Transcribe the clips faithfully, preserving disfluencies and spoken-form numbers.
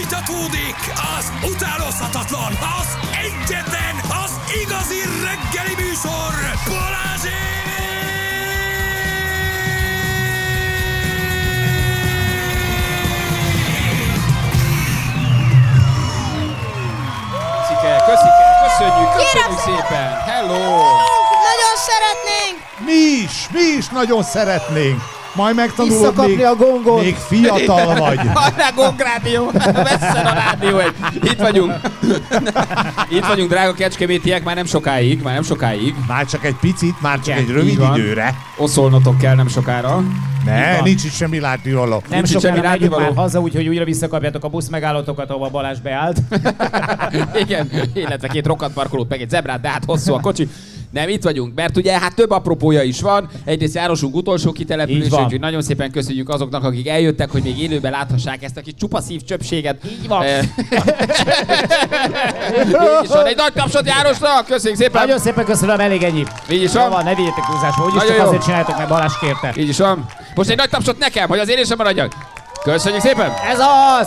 Folytatódik az utánozhatatlan, az egyetlen, az igazi reggeli műsor, Balázsék! Köszike, köszike, köszönjük, köszönjük szépen! Hello! Nagyon szeretnénk! Mi is, mi is nagyon szeretnénk. Majd megtanulod, visszakapni még, a gongot. még fiatal vagy. Hajrá, gongrádió! Vesszen a rádió egy! Itt vagyunk! Itt vagyunk, drága kecskemétiek, már nem sokáig, már nem sokáig. Már csak egy picit, már csak Igen, egy rövid így van. időre. Oszolnotok kell nem sokára. Ne, nincs itt semmi látnivaló. Nem Nincs sokára semmi megyünk már rádivaló. haza, úgyhogy újra visszakapjátok a buszmegállótokat, ahova Balázs beállt. Igen, illetve két rokkantparkolót, meg egy zebrát, de hát hosszú a kocsi. Nem, itt vagyunk, mert ugye hát több apropója is van. Egyrészt Járosunk utolsó kitelepülése, úgyhogy nagyon szépen köszönjük azoknak, akik eljöttek, hogy még élőben láthassák ezt a kis csupaszív csöpséget. Így van. Eh, Így is van, egy nagy tapsot Járosnak, köszönjük szépen. Nagyon szépen köszönöm, elég ennyi. Így is Jó van. van, ne vigyétek húzásba, úgyis Nagyon csak jó. azért csináljátok, mert Balázs kérte. Így is van. Most egy nagy tapsot nekem, hogy azért én sem maradjak. Köszönjük szépen. Ez az!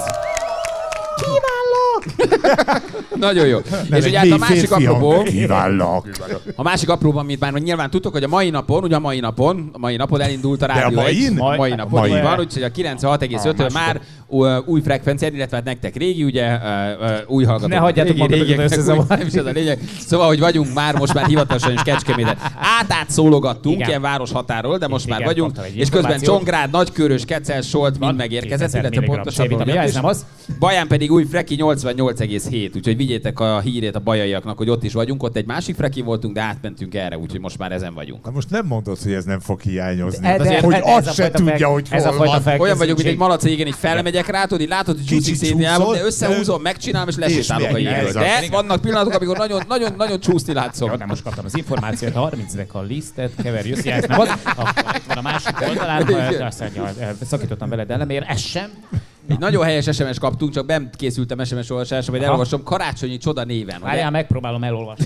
Nagyon jó. Nem, És egy ugye hát a mély másik férfi hang. apropó, Kívállak. a másik apróban, mint már nyilván tudtok, hogy a mai napon, ugye a mai napon, a mai napon elindult a De a rádió main? egy. Mai- mai napon, mai. így van, úgyhogy a kilencvenhat egész ötről már uh, új frekvencián, illetve hát nektek régi, ugye, uh, uh, új hallgatók. Ne hagyjátok régi, magatokat régieknek összezavarni. új- Nem is ez a lényeg. Szóval, hogy vagyunk már, most már hivatalosan is Kecskeméten. Át-át szólogattunk, Igen. ilyen városhatáról, de most Igen, már vagyunk. kaptam egy És közben információt. Csongrád, Nagykörös, Kecel, Solt mind megérkezett, kétezer illetve milligramm pontosabban C-vitamin. Ja, ez is. nem az? Baján pedig új freki nyolcvannyolc egész hét, úgyhogy vigyétek a hírét a bajaiaknak, hogy ott is vagyunk. Ott egy másik freki voltunk, de átmentünk erre, úgyhogy most már ezen vagyunk. Na most nem mondod, hogy ez nem fog hiányozni. De- de- hogy de ez azt a se fajta tudja, fel- hogy ez a hol fajta van. fel- Olyan vagyok, mint egy Elkészültség. malac égen, így felmegyek rá, tudod, így látod, hogy csúszik Kicsit szétni elmond, de csúszol, összehúzom, megcsinálom, és lesétálok a milyen jégről. ez De az? vannak pillanatok, amikor nagyon, nagyon, nagyon csúszni látszom. Jó, de most kaptam az információt, ha harmincnek a lisztet, keverj össze, ez nem az, akkor itt van a másik oldalán, ha azt mondja, szakítottam veled elemér, ez sem. Egy nagyon helyes es em es kaptunk, csak nem készültem es em es olvasásra, vagy elolvasom Karácsonyi Csoda néven. ugye? Várjál, megpróbálom elolvasni.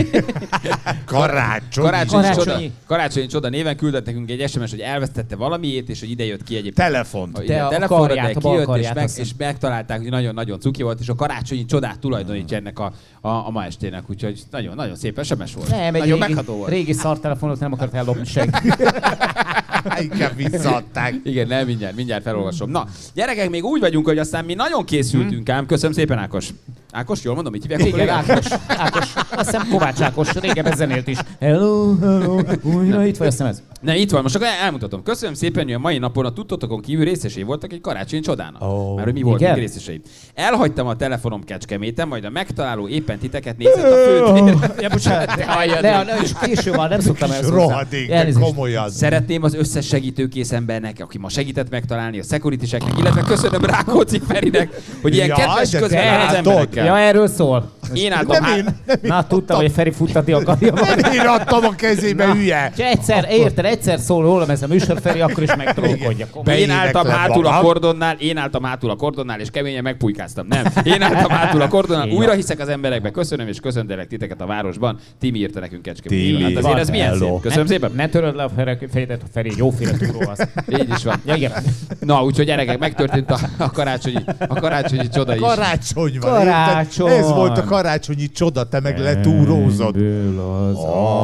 Karácsony. Karácsonyi, Karácsonyi. Csoda, Karácsonyi Csoda néven küldött nekünk egy es em es, hogy elvesztette valamiét, és hogy ide jött ki egyébként. Telefont. A- De igen, a telefonra, karját, de a bal kijött, és, karját, meg, azt és megtalálták, hogy nagyon-nagyon cuki volt, és a Karácsonyi Csodát tulajdonítja ennek a, a, a ma estének, úgyhogy nagyon-nagyon szép es em es volt. Nem, egy nagyon régi, megható volt. régi szartelefonot nem akart ellopni senki. Inkább visszaadták. Igen, nem, mindjárt, mindjárt felolvasom. Na, gyerekek, még úgy vagyunk, hogy aztán mi nagyon készültünk ám. Köszönöm szépen, Ákos. Ákos, jól mondom, így hívják? a Igen, kollégát? Ákos, Ákos. Azt hiszem Kovács Ákos, régebben zenélt is. Hello, hello, újra itt vagy, azt hiszem ez. Ne, itt van, most akkor elmutatom. Köszönöm szépen, hogy a mai napon a tudtotokon kívül részesei voltak egy karácsonyi csodának. Ó, Már hogy mi voltunk igen? részesei. Elhagytam a telefonom Kecskeméten, majd a megtaláló éppen titeket nézett a főtéren. Ja, bocsánat, ne, ne, ne, és késő van, nem szoktam ezt hozzá. Rohadék, de Elnézést. komolyan. Szeretném az összes segítőkész embernek, aki ma segített megtalálni, a securityseknek, illetve köszönöm Rákóczi Ferinek, hogy ilyen Ja, kedves de közben áll az látod? emberekkel. Ja, erről szól. Én álltam Nem én, hát... nem én Na, tudtam, hogy Feri futtatni akarja. Nem én adtam a kezébe, hülye. Ha egyszer, érted, egyszer szól rólam ez a műsor, Feri, akkor is megtolódja. Be- Én álltam Beéneklem hátul a magam. kordonnál, én álltam hátul a kordonnál, és keményen megpujkáztam. Nem, én álltam hátul a kordonnál, Így újra van. hiszek az emberekbe, köszönöm, és köszöntelek titeket a városban. Timi írta nekünk Kecskeméten. Timi. Hát azért Van, ez milyen hello. szép. Köszönöm szépen. Ne töröd le a Feridet, a Feri egy jóféle túró az. Így is van. Ja, igen. Na, úgyhogy gyerekek, megtörtént a, a karácsonyi, a karácsonyi csoda is. Karácsony van, Karácsony. érted? Ez volt a karácsonyi csoda, te meg letúrózod. az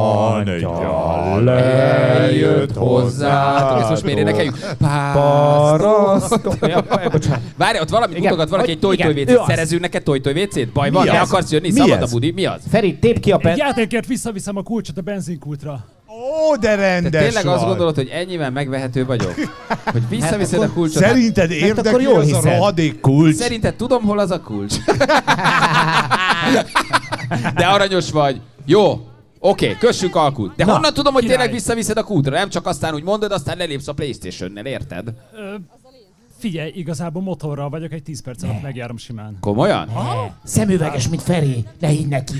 Angyal Eljött hozzá. Ezt most miért énekeljük? Parasztok. Ja, bocsánat. Várj, ott valamit Igen, mutogat valaki egy hogy- igen, tojtoj-vécét. ő az. Szerezünk neked tojtoj-vécét? Baj van? Mi Ne az? akarsz jönni? Mi Szabad a ez? budi? Mi az? Feri, tép ki a Egy pen... játékért visszaviszem a kulcsot a benzinkútra. Ó, de Te rendes tényleg vagy. azt gondolod, hogy ennyivel megvehető vagyok? Hogy visszaviszed Hát a kulcsot? Szerinted akkor érdekli jól az a hiszed. rohadék kulcs? Szerinted tudom, hol az a kulcs? De aranyos vagy. Jó. Oké, kössük alkut. De Na, honnan tudom, hogy király. tényleg visszaviszed a kútra? Nem csak aztán úgy mondod, aztán lelépsz a PlayStation-nel, érted? Ö, figyelj, igazából motorral vagyok, egy tíz perc alatt megjárom simán. Komolyan? Szemüveges, mint Feri. Ne higgy neki.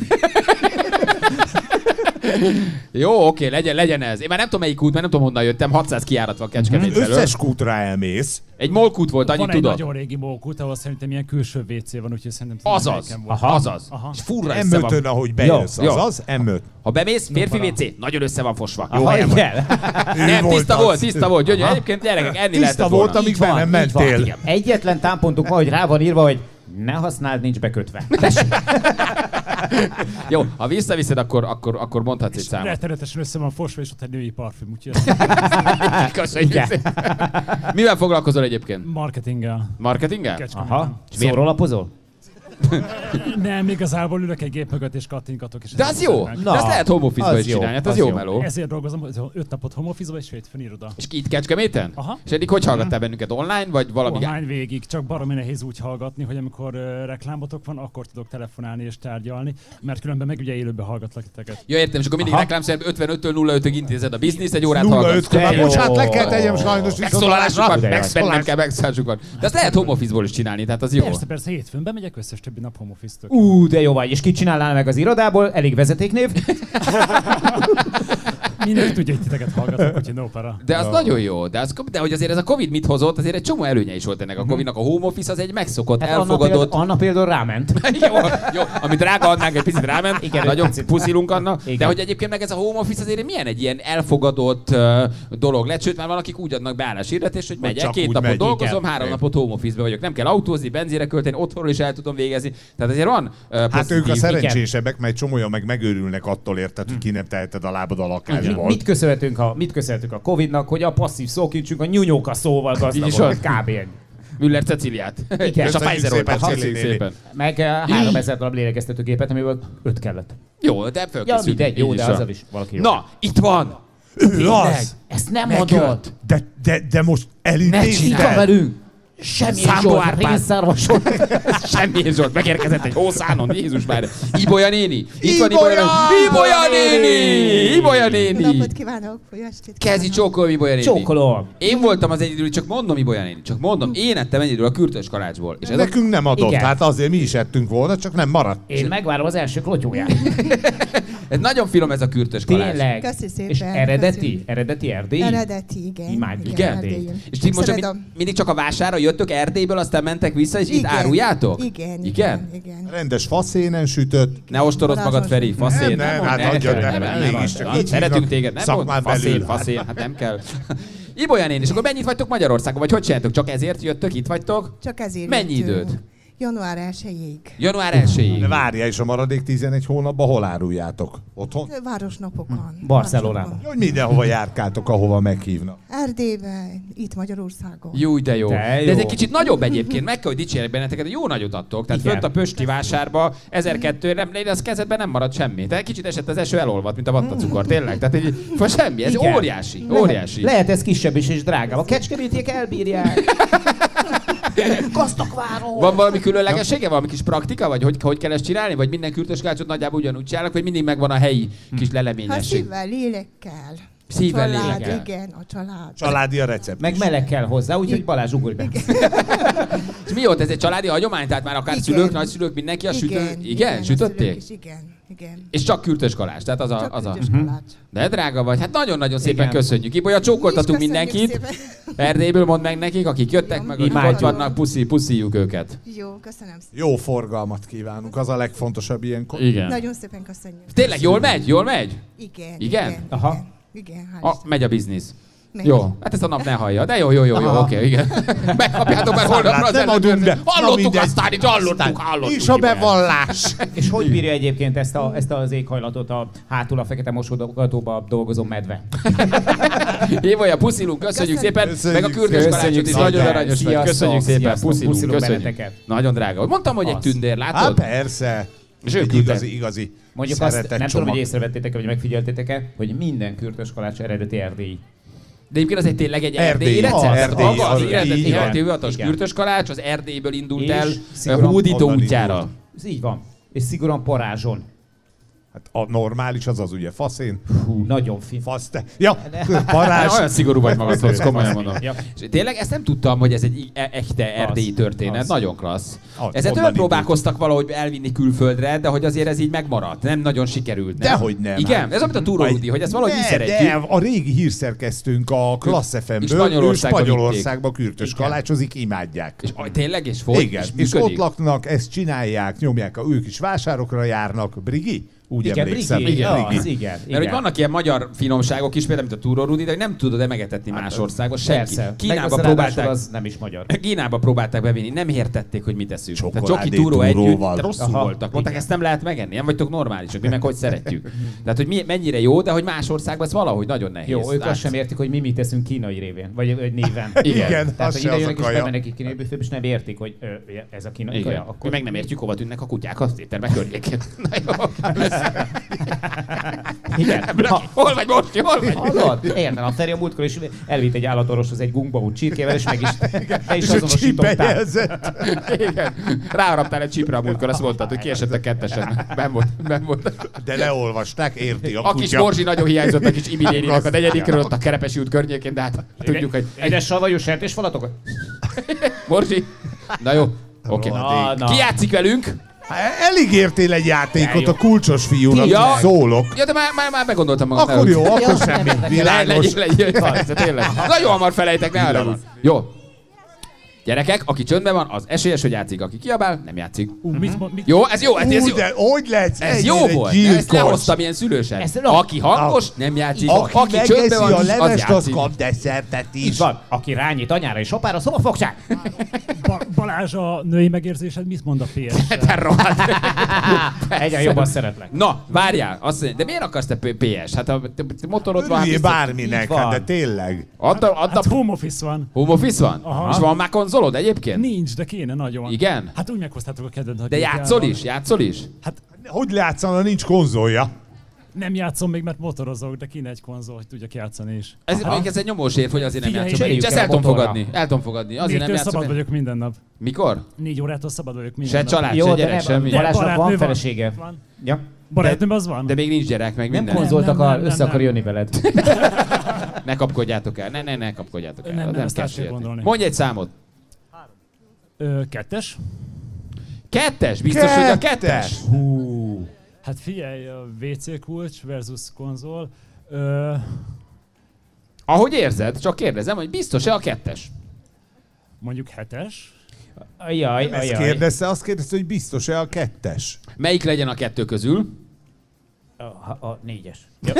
Jó, oké, legyen, legyen ez. Én már nem tudom melyik út, mert nem tudom honnan jöttem, hatszáz kijárat van Kecskemét felől. Összes kútra elmész. Egy molkút volt, annyit Van egy tudod. nagyon régi mókút, ahol szerintem ilyen külső vé cé van, úgyhogy szerintem Azaz, helyeken volt. aha, azaz. Aha. És furra em össze van. ötön, ahogy bejössz, Jó, jó. azaz? em öt. Ha bemész, férfi vé cé, nagyon össze van fosva. Jó Aha, helyen vagy. igen. Nem, volt tiszta az. volt, tiszta volt. Gyönyörű. Egyébként gyerekek, enni Tiszta lehetett volt, volna. amíg Így be van, nem így van. mentél. Igen. Egyetlen támpontunk van, hogy rá van írva, hogy ne használd, nincs bekötve. Jó, ha visszaviszed, akkor, akkor, akkor mondhatsz egy számot. Rettenetesen össze van fosva, és ott egy női parfüm, úgyhogy Köszönjük szépen. Mivel foglalkozol egyébként? marketinggel. Marketinggel? Kecskeméten. Aha. Szórólapozol? Nem, igazából ülök egy gép mögött és kattingatok. És De az jó. meg. De azt lehet home office-ba az is jó, csinálni, hát az az jó jó. meló. Ezért dolgozom öt napot home office-ba és hétfőn iroda. És itt Kecskeméten? Aha. És eddig hogy hallgattál bennünket? Online, vagy valami? Hány végig, csak baromi nehéz úgy hallgatni, hogy amikor uh, reklámotok van, akkor tudok telefonálni és tárgyalni, mert különben meg ugye élőben hallgatlak titeket. Ja, értem, és akkor mindig reklámszerűen ötvenöttől nulla ötig intézed a bizniszt, egy órát nulla hallgatsz. ötkor. Bocsánat, le kell tegyem sajnos Megszólalásuk van, De jó. megszólalásuk kell, megszólalásuk van. De azt lehet home office-ból is csinálni, tehát az jó. Persze, persze, hétfőn bemegyek, összes többi nap home office-tök. Ú, de jó vagy. És ki csinálná meg az irodából? Elég vezetéknév. Mindenki tudja, hogy titeket hallgatok, úgyhogy no para. De az nagyon jó, de, az, de hogy azért ez a Covid mit hozott, azért egy csomó előnye is volt ennek a Covidnak. A home office az egy megszokott, Hát elfogadott... Anna például, Anna például ráment. jó, jó, amit drága adnánk, egy picit ráment, Igen, nagyon picit. puszilunk annak, Igen. de hogy egyébként meg ez a home office azért milyen egy ilyen elfogadott uh, dolog lett, sőt már van, akik úgy adnak be álláshirdetést, hogy megyek, csak két úgy napot megy, dolgozom, igen. három napot home office-be vagyok, nem kell autózni, benzére költeni, otthonról is el tudom végezni, tehát azért van uh, Hát pozitív. ők a szerencsésebbek, mert csomóan meg megőrülnek attól, érted, hogy ki nem teheted a lábad a Mi, lakásból. mit köszönhetünk a, mit köszönhetünk a Covidnak, hogy a passzív szókincsünk a nyúnyóka szóval Így is gazdagodott. van. Kb. ennyi. Müller Ceciliát. Igen. És a Köszönjük Pfizer szépen, oltást, Cili köszönjük néni. szépen. Meg uh, háromezer darab lélegeztetőgépet, amiből öt kellett. Jó, de Ja, fölkészülünk. mindegy, jó, így de van. azzal is valaki jó. Na, itt van! Ő az! Ezt nem Megjött. mondod. De, de, de most Ne elintézted? Itt van velünk. Semmi Szándó Zsolt, Árpád. rénszarvasod. Semmi Zsolt, megérkezett egy hószánon, Jézus már. Ibolya néni! Itt van Ibolya! Ibolya néni! Ibolya Jó néni! napot kívánok, jó estét Kezi kívánok. csókolom, Ibolya néni. Csókolom. Én voltam az egyedül, csak mondom, Ibolya néni, csak mondom, én ettem egyedül a kürtös kalácsból. És ez a... Nekünk nem adott, Igen. hát azért mi is ettünk volna, csak nem maradt. Én megvárom az első klotyóját. ez nagyon finom ez a kürtös kalács. Tényleg. Köszi szépen, És eredeti? köszönjük. Eredeti Erdély? Eredeti, igen. Imádjuk. Igen? Erdélyen. És ti most csak Szeretem. mind, mindig csak a vásárra jöttök Erdélyből, aztán mentek vissza, és itt Igen. áruljátok? Igen, Igen? igen, igen. Rendes faszénen sütött. Ne ostorozd magad, Feri, faszén. Nem, nem, mondd, hát ne, adjad, ne, nem, ne, elég ne, is, ne, csak ne, így Szeretünk hívnak téged, nem szakmán mondd, faszén, belül. faszén, hát nem kell. Ibolya néni, és akkor mennyit vagytok Magyarországon, vagy hogy csináltok? Csak ezért jöttök, itt vagytok? Csak ezért Mennyi jöttünk. időt? Január elsejéig. Január elsejéig. De várjál, és a maradék tizenegy hónapban hol áruljátok? Otthon? Városnapokon. Barcelonában. Városnapokon. Hogy mindenhova járkáltok, ahova meghívnak. Erdélyben, itt Magyarországon. Jó, de jó. De De jó. ez egy kicsit nagyobb egyébként, meg kell, hogy dicsérjek benneteket, jó nagyot adtok. Tehát Igen. fönt a Pösti vásárba ezerkettő, nem, az kezedben nem marad semmi. Tehát kicsit esett az eső, elolvadt, mint a vattacukor, tényleg. Tehát egy, semmi, ez Igen. óriási, Lehet- óriási. Lehet ez kisebb is és drágább. A kecskemétiek elbírják. Gazdag-város. Van valami különlegessége, valami kis praktika, vagy hogy, hogy kell ezt csinálni, vagy minden kürtös kácsot nagyjából ugyanúgy csinálnak, vagy mindig megvan a helyi kis Ha leleményesség? szívvel, lélekkel. Szívvel, a család, lélekkel. igen, a család. Családi a recept. Meg meleg kell hozzá, úgyhogy Balázs ugorj be. És mi volt ez egy családi hagyomány? Tehát már akár Igen. szülők, nagyszülők, mindenki a sütő... Igen, igen a sütötték? szülők is, Igen, igen. És csak kürtös kalács, tehát az a... Csak Az a... ügyes kalács. De drága vagy, hát nagyon-nagyon szépen Igen. köszönjük. Ibolya, csókoltatunk Mi is köszönjük mindenkit. szépen. Erdélyből mondd meg nekik, akik jöttek, Jó, meg akik imádjuk. ott vannak, puszi, puszíjuk őket. Jó, köszönöm szépen. Jó forgalmat kívánunk, az a legfontosabb ilyenkor. Igen. Nagyon szépen köszönjük. Tényleg jól megy? Jól megy? Igen. Igen? Igen, Aha. igen. Igen, hál' A, Istennek. megy a biznisz. Megy. Jó, hát ezt a nap ne hallja, de jó, jó, jó, jó, Aha. oké, igen. Megkapjátok már holnapra az nem adunk be. előzőt. Na Hallottuk mindegy. aztán, itt hallottuk, hallottuk. És a Ibolya. bevallás. És hogy bírja egyébként ezt, a, ezt az éghajlatot a hátul a fekete mosogatóba dolgozó medve? Ibolya, puszilunk, köszönjük Köszönjük. szépen. Köszönjük Meg a kürdös szépen. kalácsot is Köszönjük nagyon szépen. aranyos vagy. Sziasztok, Köszönjük szépen, sziasztok, puszilunk, puszilunk köszönjük. benneteket. Nagyon drága. Mondtam, hogy egy Az. tündér, Hát látod? persze. És ő Egy küldte. igazi, igazi Mondjuk azt, szeretett nem tudom, csomag. hogy észrevettétek-e, vagy megfigyeltétek-e, hogy minden kürtös kalács eredeti erdélyi. De egyébként az egy tényleg egy Erdélyi. erdélyi recept. Az, Tehát erdélyi, maga az az, eredeti így van. hivatalos Igen. kürtös kalács az Erdélyből indult És el szigorúan hódító onnan útjára. indult. Ez így van. És szigorúan parázson. Hát a normális az az ugye faszén. Hú, nagyon fin. Fasz te. Ja, Hát, parázs. olyan szigorú vagy magadhoz, komolyan mondom. Ja. És tényleg ezt nem tudtam, hogy ez egy i- e- echte erdélyi történet. az. Nagyon klassz. Az, Ezzel onnan többen próbálkoztak valahogy elvinni külföldre, de hogy azért ez így megmaradt. Nem nagyon sikerült. Nem? Dehogy nem. Igen? Hát. Ez amit a Túró Rudi, hogy ezt valahogy de, mi szeretjük. de, a régi hírszerkesztőnk a Klassz ef em-ből, ő Spanyolországba Spanyolországba kürtös Igen. kalácsozik, imádják. És aj, tényleg, és volt, Igen, és és működik. ott laknak, ezt csinálják, nyomják, ők is vásárokra járnak. Brigi? Úgy igen, emlékszem. Brigi, igen, igen, igen. igen, igen. Mert hogy vannak ilyen magyar finomságok is, például, mint a Túró Rudi, de nem tudod emegetetni más országban. Senki. Persze. Kínába Meg próbálták. az nem is magyar. Kínába próbálták bevinni, nem értették, hogy mit eszünk. Tehát Csokoládé csoki túró együtt, túróval. de rosszul Aha, voltak. Mondták, igen. ezt nem lehet megenni, nem vagytok normálisak, mi meg hogy szeretjük. Tehát, hogy mi, mennyire jó, de hogy más országban ez valahogy nagyon nehéz. Jó, ők Át- azt sem értik, hogy mi mit teszünk kínai révén, vagy, vagy néven. Igen, Tehát, az hogy se ide az a jönnek és kaja. bemennek egy kínai büfébe, és nem értik, hogy ö, ez a kínai Igen. kaja. Akkor mi meg nem értjük, hova tűnnek a kutyák az éttermek környékén. Na jó. Igen. Ha, Hol vagy most? Hol vagy? hallod? Értem, a Feri a múltkor is elvitt egy állatorvoshoz egy gumbaút csirkével, és meg is, be is És a azonosították. csípejezett. Igen. Ráharaptál egy csípre a múltkor, azt mondtad, hogy kiesettek kettesen. Ben volt, ben volt. De leolvasták, érti a A kis kutya. Morzsi nagyon hiányzott a kis Iminéninek a negyedikről ott a Kerepesi út környékén, de hát tudjuk, hogy Édes savanyú sertésfalatok? Morzsi. Na jó, oké. Na, na. Ki játszik velünk? Elég értél egy játékot a kulcsos fiúnak, Ja. ja. szólok. Ja, de már, már, már megondoltam magam. Akkor jó, akkor semmi. Le, Világos. legy, legy, legy, tényleg. Nagyon hamar felejtek, ne arra. Jó. Gyerekek, aki csöndben van, az esélyes, hogy játszik. Aki kiabál, nem játszik. Ú, mit, mond- mit, Jó, ez jó, ez, ez Ú, jó. de hogy lesz? Ez ennyire jó volt, de ezt gyilkos? lehoztam ilyen szülősen. Ez- Aki hangos, nem játszik. Aki, Aki megeszi csöndben van, a az levest, az játszik. kap desszertet Így is. van. Aki rányít anyára és apára, szobafogság. Ba- Balázs, a női megérzésed mit mond a pé es? Te rohadt. Egyre jobban szeretlek. Na, várjál, azt mondja, de miért akarsz te pé es? Hát a te- te motorod van. Örüljél biztos- bárminek, így van. hát de tényleg. Add a, add Hát a home office van. home office van? Aha. És van már konzolod egyébként? Nincs, de kéne nagyon. Igen? Hát úgy meghoztátok a kedved, ha De kétel játszol van. is? Játszol is? Hát Hogy látszana, nincs konzolja? nem játszom még, mert motorozok, de kéne egy konzol, hogy tudjak játszani is. Ez, mondjuk ez egy nyomós érv, hogy azért nem Figyelj, játszom. cseréljük Ezt el el a tudom motorra. fogadni. El tudom fogadni. Azért nem Négytől játszom. szabad én. vagyok minden nap. Mikor? Négy órától szabad vagyok minden Se nap. család, Jó, se de gyerek, nem, semmi. De Balázsnak barátnő van van. felesége. Van. Ja. Barátnőm az van? De még nincs gyerek, meg Nem minden. konzoltak, nem, a, nem, össze nem, akar nem. jönni veled. Ne kapkodjátok el. Ne, ne, ne kapkodjátok el. Nem, Az nem, ezt át kell sietni. gondolni. Mondj egy számot. Ö, kettes? Kettes? Biztos, hogy a kettes? Hú. Hát figyelj, a vé cé kulcs versus konzol. Ö, Ahogy érzed, csak kérdezem, hogy biztos-e a kettes? mondjuk hetes. Ajaj, Ezt ajaj. kérdezte, azt kérdezte, hogy biztos-e a kettes? Melyik legyen a kettő közül? A, a, a négyes.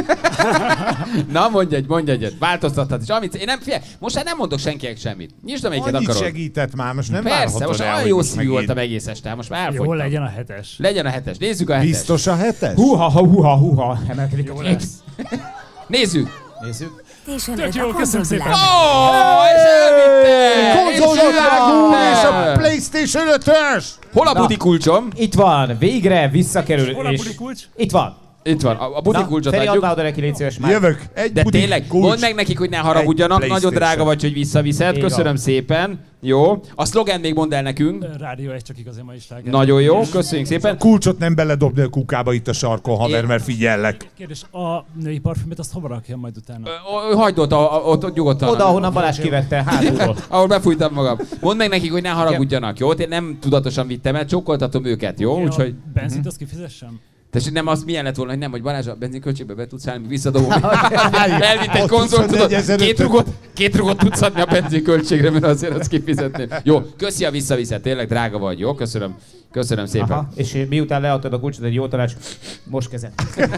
Na, mondj egy, mondj egyet. Változtathat is. Amit én nem, figyelj, most már nem mondok senkinek semmit. Nyisd, amelyiket Annyit akarod. segített már, most nem Persze, várhatod most el, olyan hogy jó most szívű megint- voltam egész este, most már Jó, elfogytam. legyen a hetes. Legyen a hetes. Nézzük a hetes. Biztos a hetes? Húha, húha, húha. Emelkedik a Jó kép. lesz. Nézzük. Nézzük. Tök jó, köszönöm szépen. Ó, és elvitte! És Konzolvilágú és a elvitte! PlayStation ötös! Hol a Na. buti kulcsom? Itt van, végre visszakerül. Hol a és buli kulcs? Itt van. Itt van, a, a buti Na, kulcsot Feri, add adjuk. már oda neki, légy szíves már. Jövök, egy De budik tényleg, kulcs. mondd meg nekik, hogy ne haragudjanak, Egy nagyon drága PlayStation. vagy, hogy visszaviszed. Így Köszönöm van. szépen. Jó. A szlogen még mondd el nekünk. Ö, Rádió egy csak igazi mai sláger. Nagyon jó, köszönjük szépen. Kulcsot nem beledobni a kukába itt a sarkon, haver, mert figyellek. Kérdés, a női parfümöt azt hova rakjam majd utána? Ö, ö, Hagyd ott, a- a- ott, ott nyugodtan. Oda, ahonnan Balázs kivette, hátulról. Ahol befújtam magam. Mondd meg nekik, hogy ne haragudjanak, jó? Én nem tudatosan vittem el, csókoltatom őket, jó? Ja, Úgyhogy... benzint azt kifizessem? Tessék, nem az milyen lett volna, hogy nem, hogy Balázs a benzinköltségbe be tudsz állni, visszadobom. Elvitt egy Ott konzolt, tudod, huszonnégy két rugot, két rugot tudsz adni a benzinköltségre, mert azért azt kifizetném. Jó, köszi a visszaviszed, tényleg drága vagy, jó? Köszönöm. Köszönöm szépen. Aha. És miután leadtad a kulcsot, egy jó tanács, most kezed.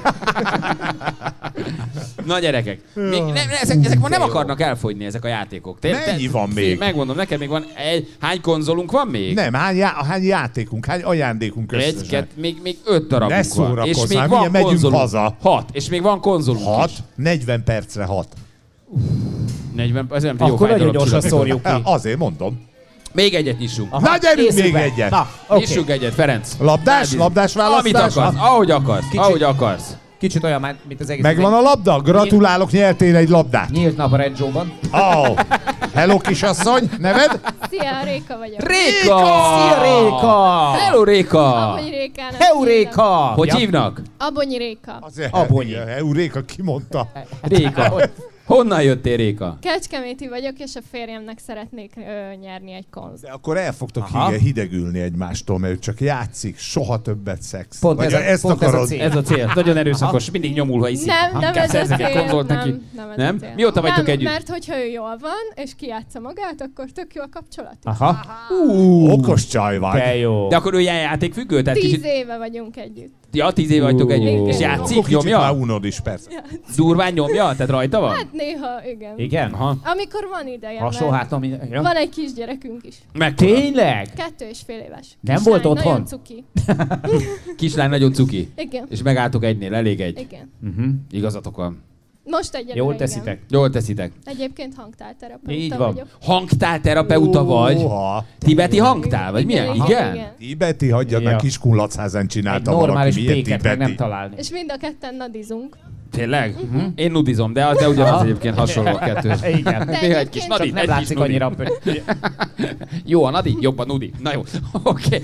Na gyerekek, még nem, ezek, ezek ma nem akarnak elfogyni, ezek a játékok. Te, Mennyi van még? Megmondom, neked még van egy, hány konzolunk van még? Nem, hány, já, hány játékunk, hány ajándékunk Egy, összesen? két, még, még öt darabunk Ne van. szórakozz És még már, van mindjárt megyünk konzolunk. haza. Hat, és még van konzolunk Hat, is. negyven percre hat. negyven, ez nem jó Akkor nagyon fájdalom gyorsan csillapító. szórjuk ki. Hát, azért mondom. Még egyet nyissunk. Aha, Na, gyerünk nézzük még be. egyet. Na, oké. Nyissunk egyet, Ferenc. Labdás? Rád- Labdás választás? Amit akarsz, ahogy akarsz, Kicsit- ahogy akarsz. Kicsit olyan már, mint az egész. Megvan a labda? Gratulálok, nyertél egy labdát. Nyílt nap a Red Joe-ban. Oh. Hello, kisasszony, neved? Szia, Réka vagyok. Réka! Szia, Réka! Hello, Réka! Abonyi Rékának Heuréka! Hogy Ja. hívnak? hívnak. Abonyi Réka. Azért, Abonyi. Euréka kimondta. Réka. Honnan jöttél, Réka? Kecskeméti vagyok, és a férjemnek szeretnék ö, nyerni egy konzolt. De akkor el fogtok Aha. hide- hidegülni egymástól, mert ő csak játszik, soha többet szex. Pont Vagy ez a- ezt pont ez a akarod? cél. Ez a cél. Nagyon erőszakos, mindig nyomul, ha iszik. Nem, nem Kell ez a szerzek egy cél. konzolt neki. Nem, nem, ez Nem? a cél. Mióta vagytok nem, együtt? mert hogyha ő jól van, és kijátsza magát, akkor tök jó a kapcsolat. Aha. Okos csaj vagy. Te jó. De akkor ő ilyen játékfüggő? Tehát Tíz kicsit... éve vagyunk együtt. Ja, tíz éve vagytok együtt. Igen. És Akkor játszik, kicsit már nyomja? unod is, persze. Durván nyomja? Tehát rajta van? Hát néha, igen. Igen? Aha. Amikor van ideje, Hasonló mert hátam. Ja. van egy kisgyerekünk is. Mekkora? Tényleg? Kettő és fél éves. Nem Kislány, volt otthon? Nagyon cuki. Kislány nagyon cuki. Igen. És megálltok egynél, elég egy. Igen. Uh-huh. Igazatok van. Most egyelőre Jól igen. teszitek. Jól teszitek. Egyébként hangtálterapeuta Így van. vagyok. Hangtálterapeuta vagy? Oha. Tibeti hangtál? Vagy milyen? Igen? Tibeti, hagyjad Ja. meg, Kiskunlachházen Egy csinálta normális valaki. Milyen péket meg nem tibeti? találni. És mind a ketten nadizunk. Tényleg? Uh-huh. Én nudizom, de, de ugyanaz egyébként hasonló a kettő. Igen. Néha egy kis nadi, Nem egy kis látszik nudi. annyira. Jó a nadi, jobb a nudi. Na jó, oké.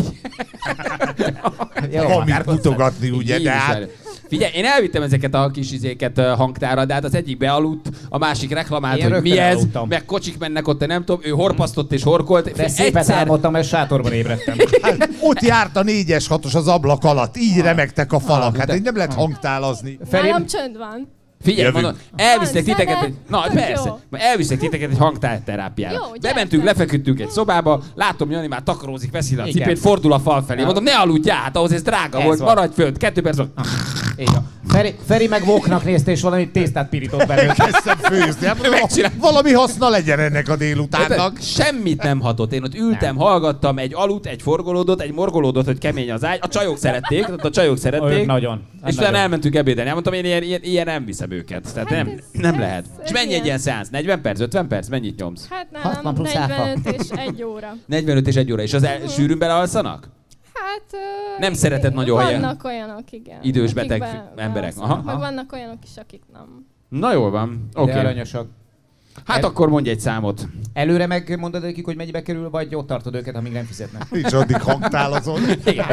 Jó, Van mit mutogatni, ugye, de hát... Figyelj, én elvittem ezeket a kis izéket uh, hangtára, de hát az egyik bealudt, a másik reklamált, Én hogy rögtön mi ez, elaludtam. meg kocsik mennek ott, nem tudom, ő horpasztott és horkolt. De szépet álmodtam, mert sátorban ébredtem. Hát, ott járt a négyes hatos az ablak alatt, így remegtek a falak. Hát de- így nem lehet hangtálazni. Feri, Nálam csönd van. Figyelj, Jövünk. mondom, elviszlek Van titeket zene? egy... Na, Tök persze. jó. Mert elviszek titeket egy hangtárterápiára. Jó, gyertek. Bementünk, lefeküdtünk egy szobába, látom, Jani már takarózik, veszi le a Igen. cipőt, fordul a fal felé. Mondom, ne aludjál, hát ahhoz ez drága Ez volt, van. maradj fönt, kettő perc van. így van. Feri, Feri meg Voknak nézte, és valami tésztát pirított belőle. Kezdtem főzni. Hát, Megcsinál. valami haszna legyen ennek a délutánnak. Semmit nem hatott. Én ott ültem, hallgattam, egy aludt, egy forgolódott, egy morgolódott, hogy kemény az ágy. A csajok szerették, ott a csajok Ők szerették. nagyon. És Nagyon. utána elmentünk ebédeni. Mondtam, én ilyen, ilyen, ilyen nem viszem őket. Tehát nem, ez- nem ez- lehet. ez És mennyi egy ilyen. ilyen szeánsz? negyven perc, ötven perc? Mennyit nyomsz? Hát hatvan nálam plusz áfa. negyvenöt és egy óra. negyvenöt és egy óra. És az el, sűrűn belealszanak? Hát... ö, Nem szereted nagyon helyen? Vannak olyanok, igen. Idős akik beteg be- emberek. bealszanak. Aha. Meg vannak olyanok is, akik nem. Na jól van. De Oké. Okay. aranyosak. Hát El- akkor mondj egy számot. Előre megmondod nekik, hogy mennyibe kerül, vagy ott tartod őket, amíg nem fizetnek. És addig hangtálazol. Igen.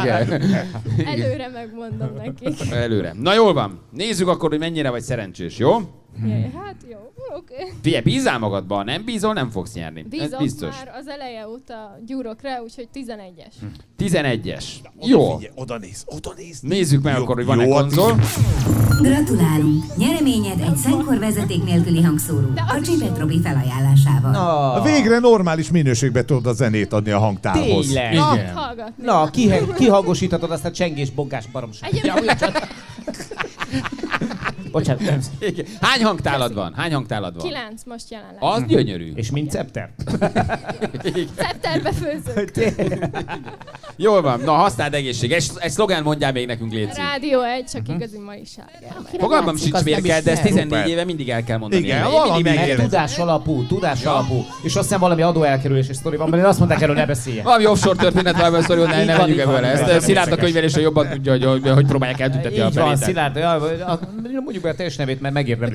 Előre megmondom nekik. Előre. Na jól van. Nézzük akkor, hogy mennyire vagy szerencsés, jó? Jaj, hát jó, oké. Figyelj, bízzál magadban, nem bízol, nem fogsz nyerni. Ez Bízom, biztos. már az eleje óta gyúrok rá, úgyhogy tizenegyes. tizenegyes. Jó. Figyelj, oda néz, oda néz. Nézzük meg Jó, akkor, hogy van-e jó a konzol. Gratulálunk! Nyereményed egy szenykor vezeték nélküli hangszóró a Csipet Robi felajánlásával. Na, Végre normális minőségbe tudod a zenét adni a hangtárhoz. tényleg. Igen. Hát, hallgatni. Na, kihe- kihangosíthatod azt a csengés, bogás baromság. Egyébként Bocsánat. nem. Igen. Hány hangtálad van? Hány hangtálad van? kilenc most jelenleg. Az gyönyörű. És mint szepter? Szepterbe főzök. Jól van. Na, használd egészség. Egy, egy szlogán mondjál még nekünk, légy szíves. Rádió egy, csak igazi mai sláger. Fogalmam sincs, azt miért nem kell, is de ezt kell. tizennégy Szuper. éve mindig el kell mondani. Igen, Én valami mindig Mert megkérdezem. tudás alapú, tudás alapú. És azt hiszem valami adóelkerülési sztori van, mert azt mondták erről, ne beszéljen. Valami offshore történet, valami sztori, ne, Így ne van, vegyük így van, ebből így ezt. van. Szilárd a könyvelése jobban tudja, hogy, hogy, hogy próbálják eltüntetni a Így van, bevételt. Szilárd, ja, a- mondjuk be a teljes nevét, mert megérdemli.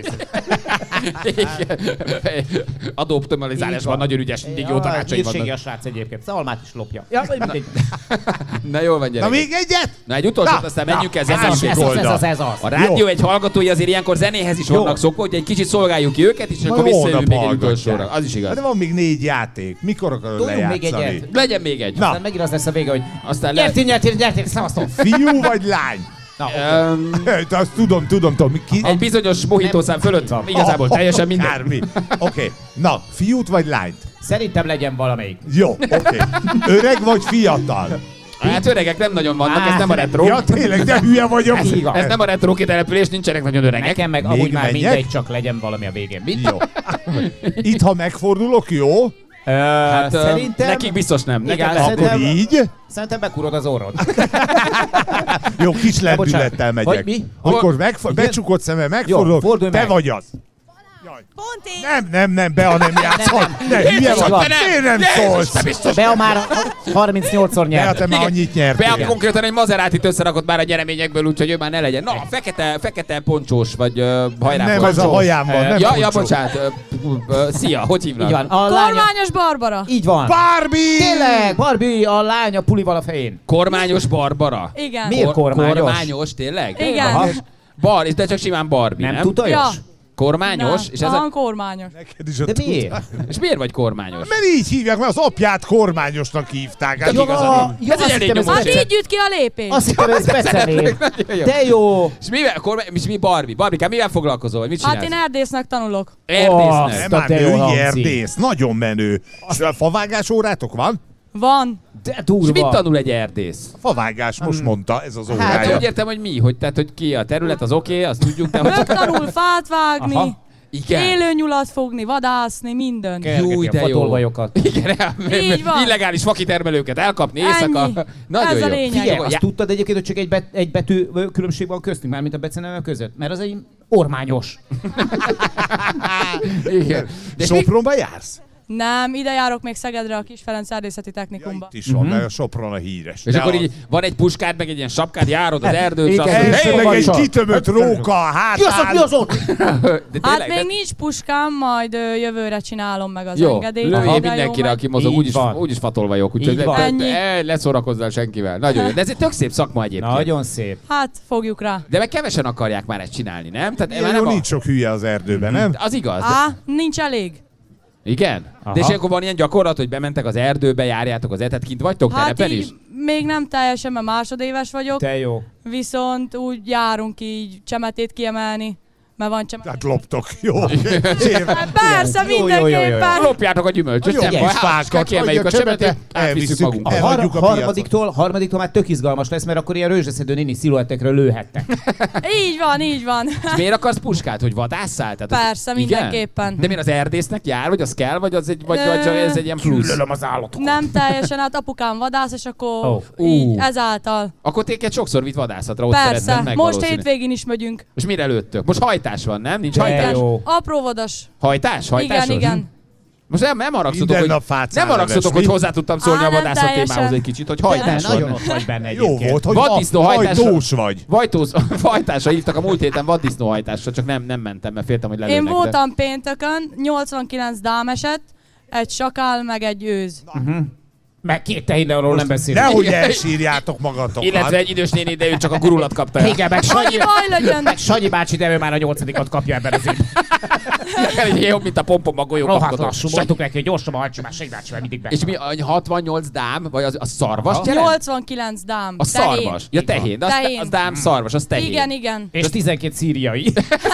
Adóoptimalizálásban nagyon ügyes, mindig jó tanácsai Hírségi vannak. a srác egyébként, szalmát is lopja. Ja, vagy mindegy. Na jól van, Na gyerekek. még egyet? Na egy utolsót, Na, aztán na, menjünk el Ez az, zenéhez. ez az, ez az, ez az. A rádió egy hallgatói azért ilyenkor zenéhez is Jó. vannak szokva, hogy egy kicsit szolgáljuk ki őket, és akkor Majd visszajövünk még egy hallgatják. utolsóra. Az is igaz. De van még négy játék. Mikor akarod Tudjunk még lejátszani? egyet. Legyen még egy. Na. Aztán megint az lesz a vége, hogy Aztán lehet... nyertél, nyertél, nyertél, szavaztok. Fiú vagy lány? Na, Um, De azt tudom, tudom, tudom. Ki? egy bizonyos mohitószám fölött Nem. igazából teljesen minden. Akármi. Oké. Na, fiút vagy lányt? szerintem legyen valamelyik. Jó, oké. Öreg vagy fiatal? Hát öregek nem nagyon vannak, ez Á, nem a retro. Ja, tényleg, de hülye vagyok. Ez igaz. Ez nem a retro kitelepülés, nincsenek nagyon öregek. Nekem meg Még amúgy már menjek? mindegy, csak legyen valami a végén. Mit? Jó. Itt, ha megfordulok, jó? Ö, Hát ö, szerintem... nekik biztos nem. Igen, Nekem lehet. szerintem- Akkor így? Szerintem bekurod az orrod. Jó, kis lendülettel Vagy megyek. mi? Akkor megf- Igen? becsukott szeme, Jó, megfordulok, fordulj te meg. vagy az. Pont én! Nem, nem, nem, Bea nem játszhat. Ne, hülye Így vagy. van. Miért nem szólsz? Bea már harmincnyolcszor Bea, nyert. te már annyit Beam nyertél. konkrétan egy Maserati-t összerakott már a nyereményekből, úgyhogy ő már ne legyen. Na, fekete, fekete poncsós, vagy uh, hajrá Nem, poncsós. ez a haján van, nem Ja, ja, poncsó. bocsánat. ö, ö, Szia, hogy hívnak? Így van. A lánya... Kormányos Barbara! Így van. Barbie! Tényleg, Barbie, a lánya pulival a fején. Kormányos Barbara. Igen. Miért kormányos? Kormányos, tényleg? Igen. Aha. Bar, de csak simán Barbie, nem? Nem tutajos? Ja. Kormányos? Na, És, ez aha, a... kormányos. Neked is a De tudás. miért? és miért vagy kormányos? Mert így hívják, mert az apját kormányosnak hívták. Hát Jó, igazad van. van. Jó, Ez egy azt elég hittem, ez nyomós. Hát Bece- így jut ki a lépés. Azt hittem, ez becenév. Nagyon jó. De jó. És mivel, kormány, és mi Barbie? Barbie, mivel foglalkozol? Vagy mit csinálsz? Hát én erdésznek tanulok. Erdésznek. Azt Nem a már de jó női hangzik. erdész, nagyon menő. És a favágás órátok van? Van. De És durva. mit tanul egy erdész? A favágás most mondta, ez az Hát órája. úgy értem, hogy mi, hogy, tehát, hogy ki a terület, az oké, okay, azt tudjuk, de hogy... Ők tanul fát vágni, Aha. Igen. élő nyulat fogni, vadászni, minden. Jó, de jó. Fatolvajokat. Igen, Így van. illegális fakitermelőket elkapni Ennyi. éjszaka. Nagyon Ez a jó. lényeg. Figyelj, Jó, azt já- tudtad egyébként, hogy csak egy, bet, egy betű különbség van köztünk, mármint a becenemek között? Mert az egy ormányos. Igen. De mi- Sopronba jársz? Nem, ide járok még Szegedre a Kis Ferenc Erdészeti Technikumba. Itt is van, mert a Sopron a híres. És De akkor a- így van egy puskád, meg egy ilyen sapkád, járod az erdőt, igen. és azt Persze, Hey, meg egy hey, kitömött róka a Mi az ott, mi hátán. az ott? De Hát tényleg, még de- nincs puskám, majd ö, jövőre csinálom meg az Jó, engedélyt. lőjél Ide jó mindenkire, megy. aki mozog, Így úgyis, van. úgyis fatolva jók, úgyhogy Így van. le, Ennyi. le, le szórakozzál senkivel. Nagyon jó. De ez egy tök szép szakma egyébként. Nagyon szép. Hát, fogjuk rá. De meg kevesen akarják már ezt csinálni, nem? Tehát Igen, már jó, nem a... nincs sok hülye az erdőben, nem? Az igaz. De... Á, nincs elég. Igen? Aha. De és akkor van ilyen gyakorlat, hogy bementek az erdőbe, járjátok az etet, kint vagytok Hát terepen így is? még nem teljesen, mert másodéves vagyok, Te jó. viszont úgy járunk így csemetét kiemelni, mert van csemetét. Hát loptok, jó. Hát persze, Jó, jó, jó, jó, jó. mindenképpen. Lopjátok a gyümölcsöt, Jó, nem kis baj, hát, fákat, kell kiemeljük a vagy a csemetét, csemetet, átvisszük elvisszük. magunk. A El- har- Elhagyjuk a piacot. harmadiktól, harmadiktól már tök izgalmas lesz, mert akkor ilyen rőzseszedő néni sziluettekről lőhettek. Így van, így van. És miért akarsz puskát, hogy vadásszál? Tehát az- Persze, igen? mindenképpen. De miért az erdésznek jár, vagy az kell, vagy az egy, vagy, Ö, vagy csak ez egy ilyen plusz? Gyűlölöm az állatokat. Nem teljesen, hát apukám vadász, és akkor Ó. így Ú. ezáltal. Akkor téged sokszor vitt vadászatra, ott szeretned Persze, meg most valószínű. hétvégén is megyünk. És mire lőttök? Most hajtás van, nem? Nincs De hajtás? jó. Apró vadas. Hajtás? Hajtásos? Igen, igen. Most nem, nem haragszotok, Minden hogy, nap fácál nem haragszotok, leves, hogy mi? hozzá tudtam szólni Á, a nem vadászat teljesen. témához egy kicsit, hogy De hajtás van. nagyon ott vagy benne Jó egyébként. volt, hogy Vaddisznó hajtás- hajtós vagy. Vajtós, hajtásra hívtak a múlt héten vaddisznóhajtásra, csak nem, nem mentem, mert féltem, hogy lelőnek. Én de- voltam pénteken, nyolcvankilenc dámeset, egy sakál, meg egy őz. Meg két tehénről nem beszélünk. Nehogy elsírjátok magatokat. Illetve egy idős néni, de ő csak a gurulat kapta el. Igen, meg Sanyi, Annyi baj legyen. meg Sanyi bácsi, de ő már a nyolcadikat kapja ebben az évben. Jobb, mint a pompom a golyó Rohadt kapkodó. lassú, mondtuk neki, hogy gyorsabban hajtsuk, már Sanyi bácsival mindig be. És mi a hatvannyolc dám, vagy az, a szarvas Aha. jelent? nyolcvankilenc dám. A tehén. szarvas. Ja, tehén. De az, Tehén. az dám szarvas, az tehén. Igen, igen. És tizenkét szíriai.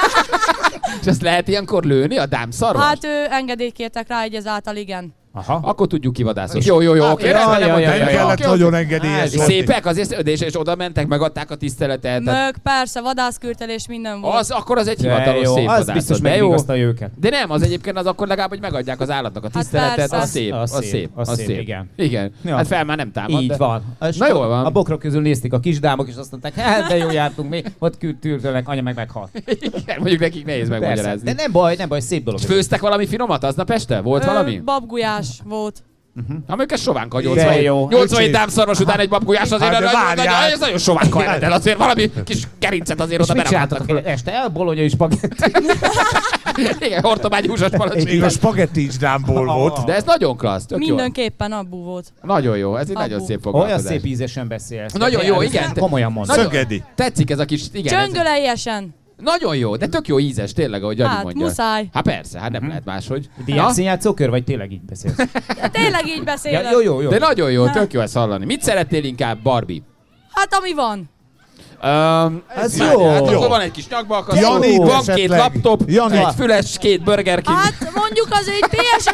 És ezt lehet ilyenkor lőni, a dám szarvas? Hát ő engedélyt kértek rá, így ezáltal igen. Aha. Akkor tudjuk kivadászni. Jó, jó, jó, oké. Ja, rendben, ja, nem ja, mondtam, ja, Nem ja. kellett oké, oké. nagyon engedélyes És lenni. szépek azért, és, és oda mentek, megadták a tiszteletet. tehát Mög, persze, vadászkürtelés, minden volt. Az, akkor az egy De hivatalos jó, szép az vadászat. biztos De jó. megvigasztalja őket. De nem, az egyébként az akkor legalább, hogy megadják az állatnak a Hát tiszteletet, persze. az szép, az szép, az szép. igen. Igen. Ja. Hát fel már nem támad. Így de... van. És Na jól van. A bokrok közül nézték a kisdámok, és azt mondták, hát de jó jártunk mi, ott küldtültőnek, anya meg meghalt. Igen, mondjuk nekik nehéz Persze. megmagyarázni. De nem baj, nem baj, szép dolog. És főztek valami finomat aznap este? Volt Ö, valami? Babgulyás volt. Ha mondjuk ez sovánka, De nyolcvan jó. nyolcvanhét dámszarvas után egy babgulyás azért Hát de nagyon, várjál. nagyon, ez nagyon sovánka eredel, azért valami kis gerincet azért És oda mit csináltak berakadtak. este? El bolonyai spagetti. Igen, hortobágy húsos Még palacsink. a spagetti is dámból volt. De ez nagyon klassz, tök jó. Mindenképpen abból volt. Nagyon jó, ez egy nagyon Abbu. szép Olyan foglalkozás. szép ízesen beszélsz. Nagyon jó, igen. Ezt Komolyan mondom. Nagyon- Szögedi. Tetszik ez a kis, igen. Ez, Csöngöleljesen. nagyon jó, de tök jó ízes, tényleg, ahogy Jani Hát, mondja. muszáj. Hát persze, hát nem lehet máshogy. Diákszínjátszókör, vagy tényleg így beszélsz? De tényleg így Ja, beszélek. jó, jó, jó. De nagyon jó, tök jó ezt hallani. Mit szeretnél inkább, Barbie? Hát ami van. Um, Ez várjál, jó. Hát akkor Jó. van egy kis nyakbalka, Jani, van esetleg. két laptop, Jani. egy füles, két Burger King. Hát mondjuk az egy pé es...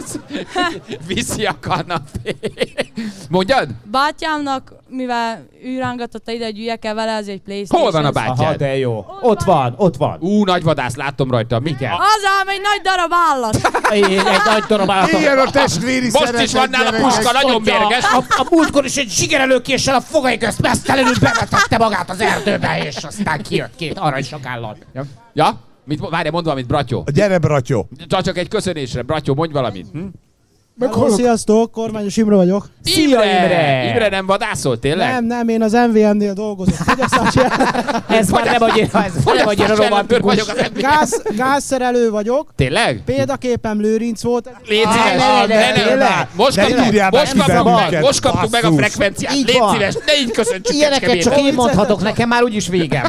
Viszi a kanapé. Mondjad? Bátyámnak, mivel ő rángatta ide, hogy üljek el vele, ez egy PlayStation. Hol van a Aha, bátyád? de jó. Ott van, ott van. Ú, nagy vadász, láttam rajta. Mi kell? Az ám egy nagy darab állat. Én egy nagy darab állatom. Ilyen a testvéri Most is van nála puska, nagyon mérges. A, a múltkor is egy zsigerelőkéssel a fogai közt mesztelenül bevetette magát az erdőbe, és aztán kijött két aranysakállat. Ja? Mit, várjál, mondd valamit, Bratyó. Gyere, bratyó. Csak, csak egy köszönésre, Bratyó, mondj valamit. Hm? Halló, sziasztok, Kormányos Imre vagyok. Szia, Imre! Imre nem vadászol, tényleg? Nem, nem, én az em vé em-nél dolgozok. Fogyasztási Ez már nem annyira, ez nem annyira ellenőr vagyok romantikus. az gáz, gázszerelő vagyok. Tényleg? Példaképem Lőrinc volt. Légy Á, szíves, ne, ne, ne, ne, tényleg? ne. Most De kaptuk, írjál most már kaptuk, kibe meg, minket, most kaptuk meg a basszus. frekvenciát. Így Légy van. szíves, ne így köszöntsük Ilyeneket csak Kecskemét. én mondhatok, nekem már úgyis végem.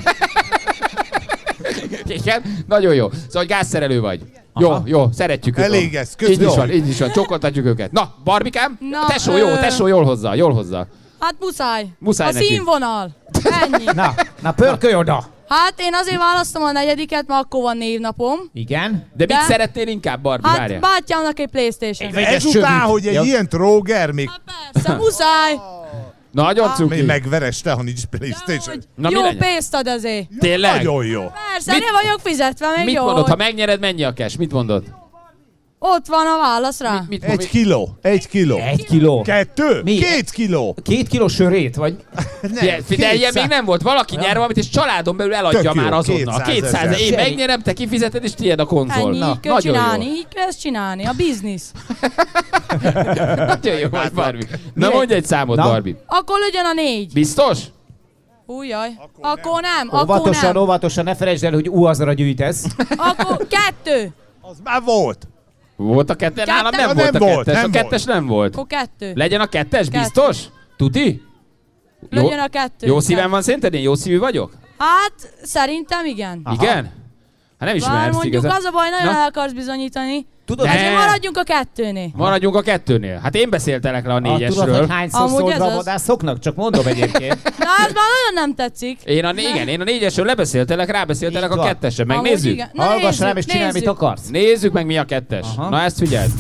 Igen, nagyon jó. Szóval, hogy gázszerelő vagy. Jó, Aha. jó, szeretjük őket. Elég ez, Így is köszönöm. van, így is van, csókoltatjuk őket. Na, Barbikám, Na, tesó, jó, ö- tesó, jól hozza, jól hozza. Hát muszáj. Muszáj a neki. színvonal. Ennyi. Na, na pörkölj oda. Hát én azért választom a negyediket, mert akkor van névnapom. Igen. De, De- mit szeretnél inkább, Barbie? Hát Várjál. bátyámnak egy Playstation. Egy- Ezután, hogy egy Ja. ilyen tróger még Hát persze, muszáj. Nagyon cuki. még megvereste, ha nincs PlayStation. Dehogy. Na, mi Jó legyen? pénzt ad ezért. Tényleg? Nagyon jó. Persze, Mit- én vagyok fizetve, még Mit jó. mondod? hogy Ha megnyered, mennyi a cash? Mit mondod? Ott van a válasz rá. Mit Egy mond? kiló. Egy kiló. Egy kiló. Kettő? Mi? Két kiló. Két kiló sörét, vagy? Figyelj, figyelj, ilyen még nem volt. Valaki nyer valamit, és családon belül eladja Tök jó, már azonnal. kétszázezer. kétszáz. Én Semmi. megnyerem, te kifizeted, és tiéd a konzol. Ennyi, Na, így kell nagyon csinálni, jó. így kell ezt csinálni. A biznisz. Nagyon jó vagy, Barbie. Na Mi mondj egy számot, Na? Barbie. Akkor legyen a négy. Biztos? Újjaj. Akkor nem, akkor Óvatosan, nem. óvatosan, ne felejtsd el, hogy úazra gyűjtesz. Akkor kettő. Az már volt. Volt a kettes? Nálam nem Nem volt a volt, kettes. A nem kettes nem volt. Akkor kettő. Legyen a kettes? Kettő. Biztos? Tuti? Jó, Legyen a kettő. jó szívem van szerinted? Én jó szívű vagyok? Hát, szerintem igen. Igen? Hát nem Bár ismersz mondjuk igazán. az a baj, nagyon Na? el akarsz bizonyítani. Tudod, Ne. Azért maradjunk a kettőnél. Maradjunk a kettőnél. Hát én beszéltelek le a Ah, tudod, négyesről. hogy hányszor Amúgy szólt ez be a az. vadászoknak? Csak mondom egyébként. Na, ez már nagyon nem tetszik. Én a, igen, én a négyesről lebeszéltelek, rábeszéltelek Így a van. kettesre. Amúgy Megnézzük? igen. Na, Hallgass nézzük, rám és csinálj, mit nézzük. akarsz. Nézzük meg, mi a kettes. Aha. Na, ezt figyeld.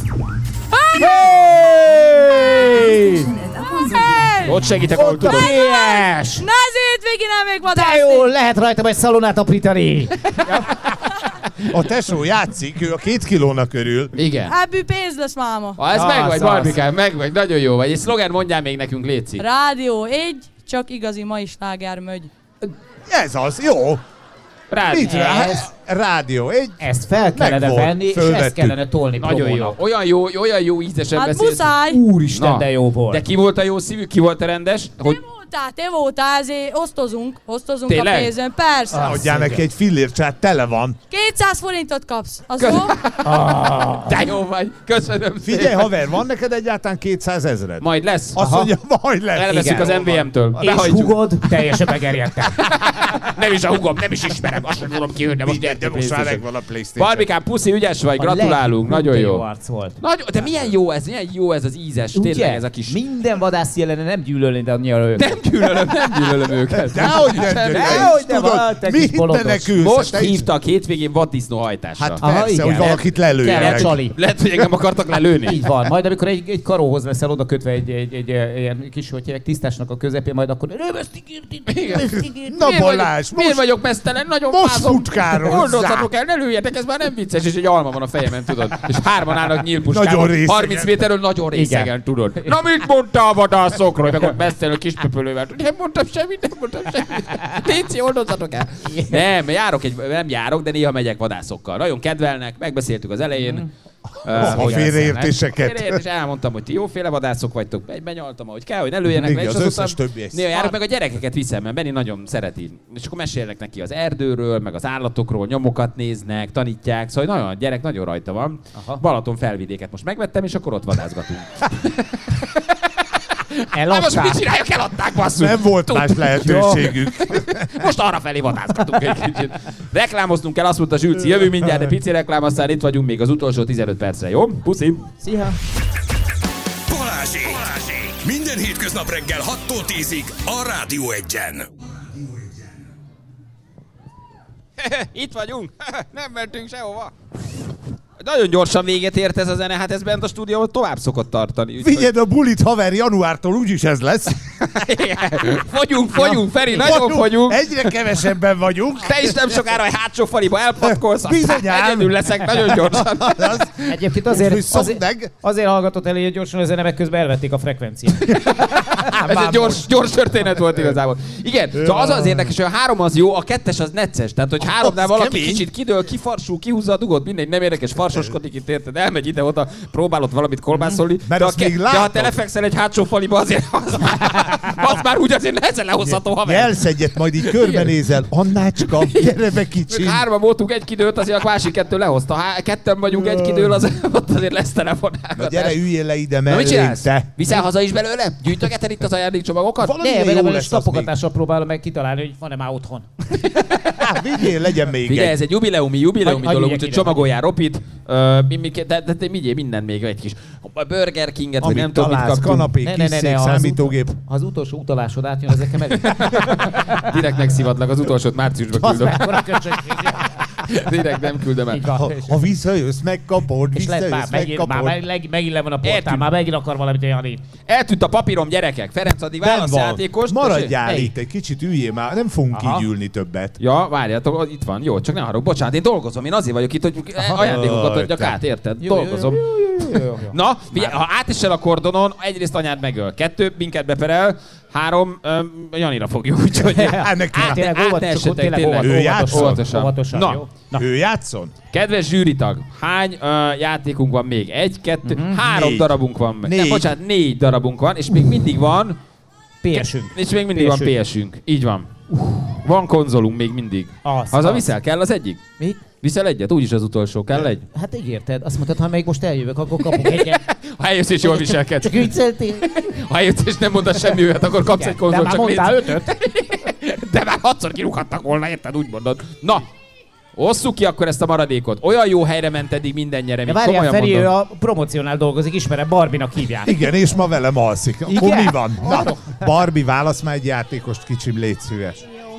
a konzolvilág. Ott segítek, ahol tudod. Ties! Na ezért végig nem még De vadászni. jó, lehet rajta egy szalonát aprítani. A tesó játszik, ő a két kilónak örül. Igen. Ebből pénz lesz, máma. Ha ez Az, meg vagy, az. Barbikám, meg vagy. Nagyon jó vagy. Egy szlogen mondjál még nekünk, létszik. Rádió egy, csak igazi mai sláger mögy. Ez az, jó. Rád. Mit rá? Ez- Rádió, egy. Ezt fel kellene Megvolt, venni, és fölvettük. ezt kellene tolni Nagyon jó. promónak. Olyan jó, olyan jó ízesen Hát beszélsz. muszáj. Úristen, Na, de jó volt. De ki volt a jó szívű, ki volt a rendes? Hogy Te voltál, te voltál, ezért osztozunk, osztozunk Tényleg? a pénzön, persze. Ah. Adjál neki egy fillércsát, tele van. kétszáz forintot kapsz. Az Kösz- jó? de jó vagy. Köszönöm Figyelj, szépen. haver, van neked egyáltalán kétszáz ezred? Majd lesz. Azt Aha. mondja, majd lesz. Elveszük Igen. az em vé em-től. És Behajtjuk. hugod teljesen megerjedtem. Nem is a hugom, nem is ismerem, azt sem tudom ki, hogy nem Minden, de most már megvan a PlayStation. Barbikám, puszi, ügyes vagy, gratulálunk, A nagyon legjobb jó. arc volt. Nagyon, de milyen jó ez, milyen jó ez az ízes, tényleg Ugye? ez a kis... Minden vadász jelene nem gyűlölni, de annyira őket. Nem gyűlölöm, nem gyűlölöm őket. Dehogy nem, Semmi. gyere, Dehogy te is nem, tudod, hát, te kis bolondos. mindenek ülsz. Most te is- hívtak hétvégén vaddisznóhajtásra. Hát Aha, persze, igen. hogy valakit Kell lelőjenek. a csali. Lehet, hogy engem akartak lelőni. Így van. Majd amikor egy, egy karóhoz leszel oda kötve egy, egy, egy, egy ilyen kis, hogy hívják, tisztásnak a közepén, majd akkor nem ezt ígértük, nem ezt ígértük. Na Miért Balázs, vagyok, miért most, vagyok mesztelen? Nagyon most fázom. futkározzál. Oldozzatok el, ne lőjetek, ez már nem vicces, és egy alma van a fejemen, tudod. És hárman állnak nyílpuskával. Nagyon részegen. harminc méterről nagyon részegen, tudod. Na mit mondta a vadászokról? Meg ott mesztelenül kis pöpölővel. Nem mondtam semmit, nem mondtam semmit. Léci, oldozzatok el. Nem, járok egy, nem járok, de néha megyek vadászokkal. Nagyon kedvelnek, megbeszéltük az elején. Uh, A félreértéseket. És elmondtam, hogy ti jóféle vadászok vagytok, egy benyaltam, ahogy kell, hogy ne lőjenek Igen, le, és az azután összes többi egy néha járok, szar. meg a gyerekeket viszem, mert Benni nagyon szereti. És akkor mesélnek neki az erdőről, meg az állatokról, nyomokat néznek, tanítják, szóval nagyon, a gyerek nagyon rajta van. Aha. Balaton felvidéket most megvettem, és akkor ott vadászgatunk. Hát most Eladták. mit csináljuk? Eladták, basszus! Nem volt más lehetőségük. Most arra felé vadászgatunk egy kicsit. Reklámoznunk kell, azt mondta Zsülci, jövő mindjárt, de pici reklám, aztán itt vagyunk még az utolsó tizenöt percre, jó? Puszi! Szia! Balázsék! Balázsék! Minden hétköznap reggel hattól tízig a Rádió Egyen. Itt vagyunk, nem mentünk sehova. Nagyon gyorsan véget ért ez a zene, hát ez bent a stúdióban tovább szokott tartani. úgyhogy- Vigyed a bulit, haver, januártól úgyis ez lesz. Fogyunk, fogyunk, Feri, nagyon fogyunk. Egyre kevesebben vagyunk. Te is nem sokára egy hátsó faliba elpatkolsz, aztán Bizonyám. egyedül leszek nagyon gyorsan. Az, Egyébként azért, Viszont azért, meg. azért hallgatott el ilyen gyorsan, hogy a zene közben elvették a frekvenciát. Ez egy gyors, gyors történet volt igazából. Igen, szóval az az érdekes, hogy a három az jó, a kettes az necces. Tehát, hogy háromnál Az valaki kemény. kicsit kidől, kifarsul, kihúzza a dugot, mindegy, nem érdekes, farsoskodik itt, érted? Elmegy ide-oda, próbálod valamit kolbászolni. Mert De, a azt ke- még de ha látod. te lefekszel egy hátsó faliba, azért az már, az már úgy azért nehezen lehozható haver. Jelsz egyet, majd így körbenézel. Annácska, gyere be kicsi. Hárman voltunk, egy kidőlt, azért a másik kettő lehozta. Ha ketten vagyunk, egy kidől, az, ott azért lesz Na telefonálgatás. gyere, üljél le ide Na mit mellénk, csinálsz? te. Viszel haza is belőle? Gyűjtögeted itt az ajándékcsomagokat? Valami Ne, jó vele lesz is az még. tapogatással próbálom meg kitalálni, hogy van-e már otthon. Hát, vigyél, legyen még Figyelj, egy. ez egy jubileumi, jubileumi Hagy- dolog, hagyj úgyhogy ide, csomagoljál Ropit, uh, mi, mi, de, de, de vigyél minden még egy kis Burger Kinget, vagy Amit nem tudom, mit találsz, kaptunk. kanapé, Ne, kis ne, ne, szék, ne, az számítógép. Az az utolsó utalásod átjön, az nekem elég. Direkt megszívadlak, az utolsót márciusban Az küldöm. mekkora köcsög. Direkt nem küldöm el. Ha, ha visszajössz, megkapod, És lehet, már visszajössz, megint, már megkapod. meg, megint le van a portál, Eltűnt. már megint akar valamit Jani. Eltűnt a papírom, gyerekek. Ferenc, addig Nem válasz van. játékos. Maradjál Tessék. itt, egy kicsit üljél már, nem fogunk Aha. így ülni többet. Ja, várjátok, itt van. Jó, csak ne haragudj. Bocsánat, én dolgozom. Én azért vagyok itt, hogy ajándékokat Ö, adjak te. át, érted? Jó, jó, Dolgozom. jó, jó, jó, jó. Na, figyelj, ha átesel a kordonon, egyrészt anyád megöl. Kettő, minket beperel. Három, öm, Janira fogjuk, úgyhogy Hát neki át, Tényleg át óvat- ne csak essetek, tényleg tényleg. óvat- Ő óvatosan, játszon? Óvatosan. óvatosan, Na. jó? Na. Ő játszon? Kedves zsűritag, hány uh, játékunk van még? Egy, kettő, Mhm. három Négy. darabunk van. Négy. Nem, Négy. bocsánat, négy darabunk van, és még mindig van, pé esünk. és még mindig van pé esünk. Így van. Van konzolunk még mindig. Az, Haza az. viszel? Kell az egyik? Mit? Viszel egyet? Úgyis az utolsó. Kell egy? Hát ígérted, azt mondtad, ha még most eljövök, akkor kapok egyet. Ha eljössz és jól viselkedsz. Csak vicceltél. Ha eljössz és nem mondasz semmi olyat, akkor kapsz egy De konzolt. már Csak mondtál légy- ötöt. De már hatszor kirúghattak volna, érted? Úgy mondod. Na, osszuk ki akkor ezt a maradékot. Olyan jó helyre ment eddig minden De nyeremény. várjál, Komolyan Feri, ő mondom. a promocionál dolgozik, ismerem, Barbinak hívják. Igen, és ma velem alszik. Akkor Igen? mi van? Na, Barbie, válasz már egy játékost, kicsim, légy szíves.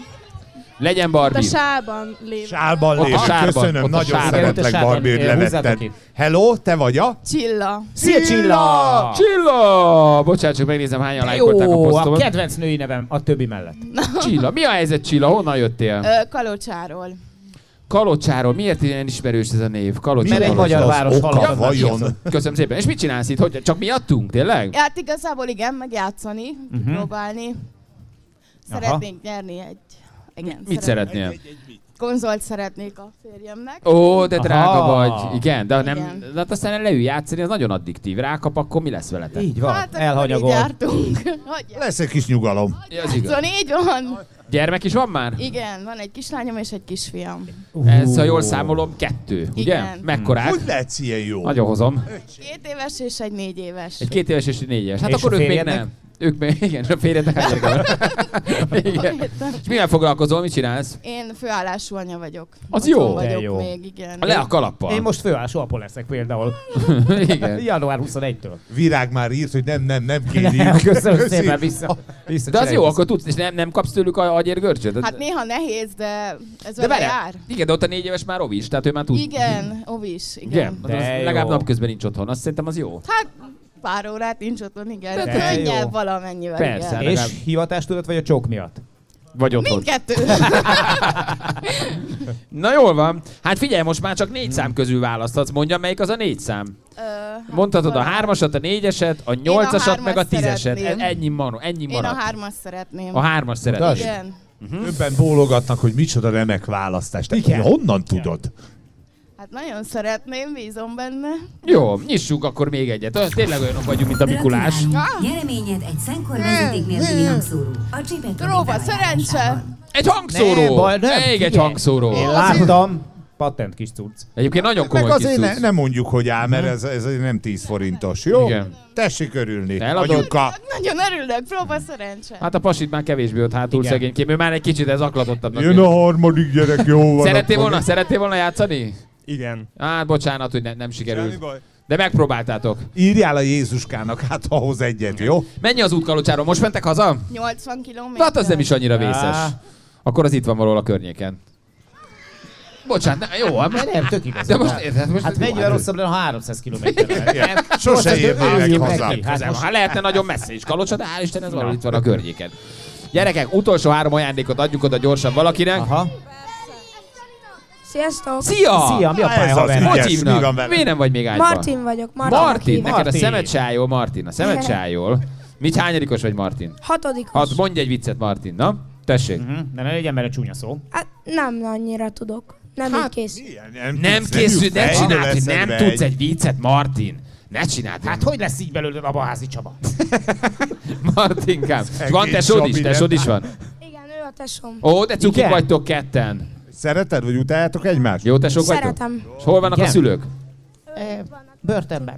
Legyen A Barbie. sában lévő. Sálban Ott a lévő. sárban, Köszönöm, ott a nagyon sárban. szeretlek, Ott a sárban. Barbie, hogy Eh, húzzátok levetted. itt. Hello, te vagy a? Csilla. Szia Csilla! Csilla! Bocsánat, csak megnézem, hányan lájkolták a Jó, a posztomat. kedvenc női nevem a többi mellett. Csilla, mi a helyzet Csilla? Honnan jöttél? Ö, Kalocsáról. Kalocsáról. Miért ilyen ismerős ez a név? Kalocsáról. Mert egy magyar az város oka hallottam. vajon? Köszönöm szépen. És mit csinálsz itt? Hogy csak miattunk? Tényleg? Hát igazából igen, meg játszani, Mhm. próbálni. Szeretnénk nyerni egy... Igen, Mit szeret- szeretnél? Konzolt szeretnék a férjemnek. Ó, de drága Aha. vagy. Igen, de ha nem, Igen. de hát aztán leül játszani, az nagyon addiktív. Rákap, akkor mi lesz veletek? Így van, Hát akkor így elhanyagol. jártunk. Hogy Lesz egy kis nyugalom. Ja, az igaz. játszon, így van. Gyermek is van már? Igen, van egy kislányom és egy kisfiam. Ez, ha jól számolom, kettő, ugye? Igen. Mekkorák? Hogy lehetsz ilyen jó? Nagyon hozom. Két éves és egy négy éves. Egy két éves és egy négy éves. Hát És akkor a ők még férjednek? nem. Ők még, igen, a férjednek hát gyereke van. Igen. És mivel foglalkozol, mit csinálsz? Én főállású anya vagyok. Az Otthon jó. vagyok De jó. még, igen. Le a kalappal. Én most főállású apa leszek például. Igen. január huszonegyeditől. Virág már írt, hogy nem, nem, nem Nem, kérjük. köszönöm Köszi. szépen, vissza. vissza De az jó, csináljuk. akkor tudsz, és nem, nem kapsz tőlük a agyérgörcsöt? Hát néha nehéz, de ez de vele várjál, jár. igen, de ott a négy éves már ovis, tehát ő már tud. Igen, ovis, igen. Igen, De az jó. legalább napközben nincs otthon, azt szerintem az jó. Hát pár órát nincs otthon, igen. De De könnyebb jó. valamennyivel, Persze. igen. És hivatástudat vagy a csók miatt? Vagy otthon. Mindkettő. Na jól van. Hát figyelj, most már csak négy szám közül választhatsz. Mondja, melyik az a négy szám? Ö, hát Mondhatod a talán- hármasat, a négyeset, a nyolcasat, meg a hármast tízeset. szeretném. Ennyi, mar- ennyi Én a maradt. hármas szeretném. A hármas szeretnél. Igen. Többen bólogatnak, hogy micsoda remek választás. Te Igen. honnan tudod? Hát nagyon szeretném, bízom benne. Jó, nyissunk akkor még egyet. Olyan, tényleg olyanok vagyunk, mint a Mikulás. Gratulálunk! Nyereményed egy szenkor vezeték nélküli hangszóró. A Csipet Trófa, szerencse! Egy hangszóró! Nem baj, nem, Még egy figyelj. hangszóró. Én láttam, patent kis cucc. Egyébként nagyon Meg komoly kis azért ne, cucc. nem mondjuk, hogy áll, mert ez, ez nem tíz forintos, jó? Igen. Tessék örülni. Eladod? Anyuka. Nagyon örülök, próba szerencse. Hát a pasit már kevésbé ott hátul Igen. szegénykém. Ő már egy kicsit ez aklatottabbnak. Jön a harmadik gyerek, jó van. Szerettél akkor. volna, szerettél volna játszani? Igen. Hát bocsánat, hogy ne, nem sikerült. Semmi baj. De megpróbáltátok. Írjál a Jézuskának, hát ahhoz egyet, jó? Mennyi az út Kalocsáról? Most mentek haza? nyolcvan kilométer. Na, hát az nem is annyira vészes. Á. Akkor az itt van valahol a környéken. Bocsánat, ne, jó, hát most... De nem, tök igaz. De most érted, most... Hát mennyivel rosszabb lenne, ha háromszáz kilométerrel. Sose érnének haza. Hát most, ha lehetne nagyon messze is Kalocsa, de hál' Isten ez valahol itt van a környéken. Gyerekek, utolsó három ajándékot adjuk oda gyorsan valakinek. Aha. Sziasztok! Szia! Szia, mi a Ez pálya az haver? ügyes. Hogy mi hívnak? van vele? Miért nem vagy még ágyban? Martin vagyok. Martin. Martin, neked a Martin. szemed sájol, Martin. A szemed sájol. Mit hányadikos vagy, Martin? Hatodikos. Hát mondj egy viccet, Martin, na? Tessék. Mhm, de ne legyen benne csúnya szó. Hát nem annyira tudok. Nem Hát, így készül. Nem, Nem tudsz, készül, jut ne fejből csináld, hogy eszedbe nem tudsz egy viccet, Martin. Ne csináld. Hát hogy lesz így belőle a Baházi Csaba? Martinkám. Szegény Van tesód is, Csabi, nem? tesód is van. Igen, ő a tesóm. Ó, de cukik Igen? vagytok ketten. Szereted, vagy utáljátok egymást? Jó tesók vagytok? Szeretem. És hol vannak a Igen? szülők? Börtönben.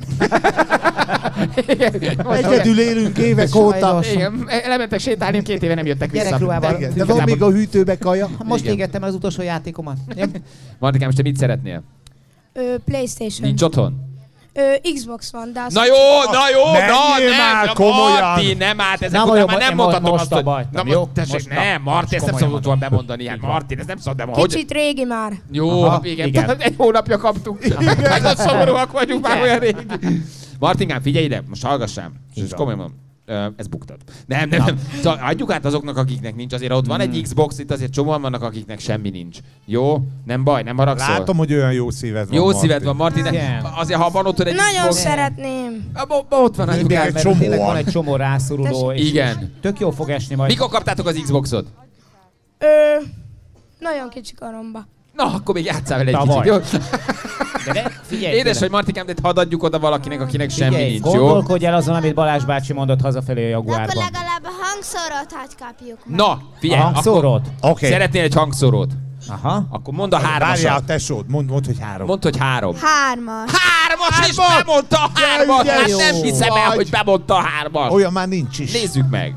Egyedül élünk évek óta. Sajnos. Igen, lementek sétálni, két éve nem jöttek vissza. Gyerekruhával. Igen, De van még a hűtőbe kaja. Most Igen. égettem el az utolsó játékomat. Ja. Martikám, most te mit szeretnél? Ő PlayStation. Nincs otthon? Ö, Xbox van, de azt... Na jó, na jó, Menjél na már, nem, komolyan. Marti, nem állt, ezek Na, után jó, már nem mo- mondhatom most azt, hogy... abba hagytam, Na, jó? tessék, Most na, nem, Marti, most ezt nem komolyan szabad volna mondom. bemondani, hát Martin, ezt nem szabad bemondani. Hogy... Kicsit régi már. Jó, Aha, igen, igen. egy hónapja kaptuk. Hát ott szomorúak vagyunk már olyan régi. Martinkám, figyelj ide, most hallgassám. És van. komolyan mondom. Ö, ez buktad. Nem, nem, nem. Szóval adjuk át azoknak, akiknek nincs. Azért ott van egy Xbox, itt azért csomóan vannak, akiknek semmi nincs. Jó? Nem baj, nem haragszol. Látom, hogy olyan jó szíved van. Jó Marti. szíved van, Martin, de Igen. azért, ha van otthon egy Nagyon Xbox... szeretném. Abba, ott van a Mindig anyukám. egy Mert csomóan. tényleg van egy csomó rászoruló, és Igen. tök jó fog esni majd. Mikor kaptátok az Xboxot? Ö, nagyon kicsi karomba. Na, akkor még játsszál vele egy Tavaly. kicsit, jó? De ne, figyelj, Édes de- vagy, Martikám, de hadd adjuk oda valakinek, akinek semmi figyelj, nincs, jó? gondolkodj el azon, amit Balázs bácsi mondott hazafelé a De Jaguárban. akkor legalább a hangszórót hagy kapjuk meg. Na, A figyelj, hangszórót? akkor Oké. szeretnél egy hangszórót? Aha. Akkor mondd a Várjál, hármasat. tesód, mondd, mondd, hogy három. Mondd, hogy három. Hármas. Hármas, és bemondta a hármat! De Hát ügyes nem hiszem el, vagy. hogy bemondta a hármat. Olyan már nincs is. Nézzük meg.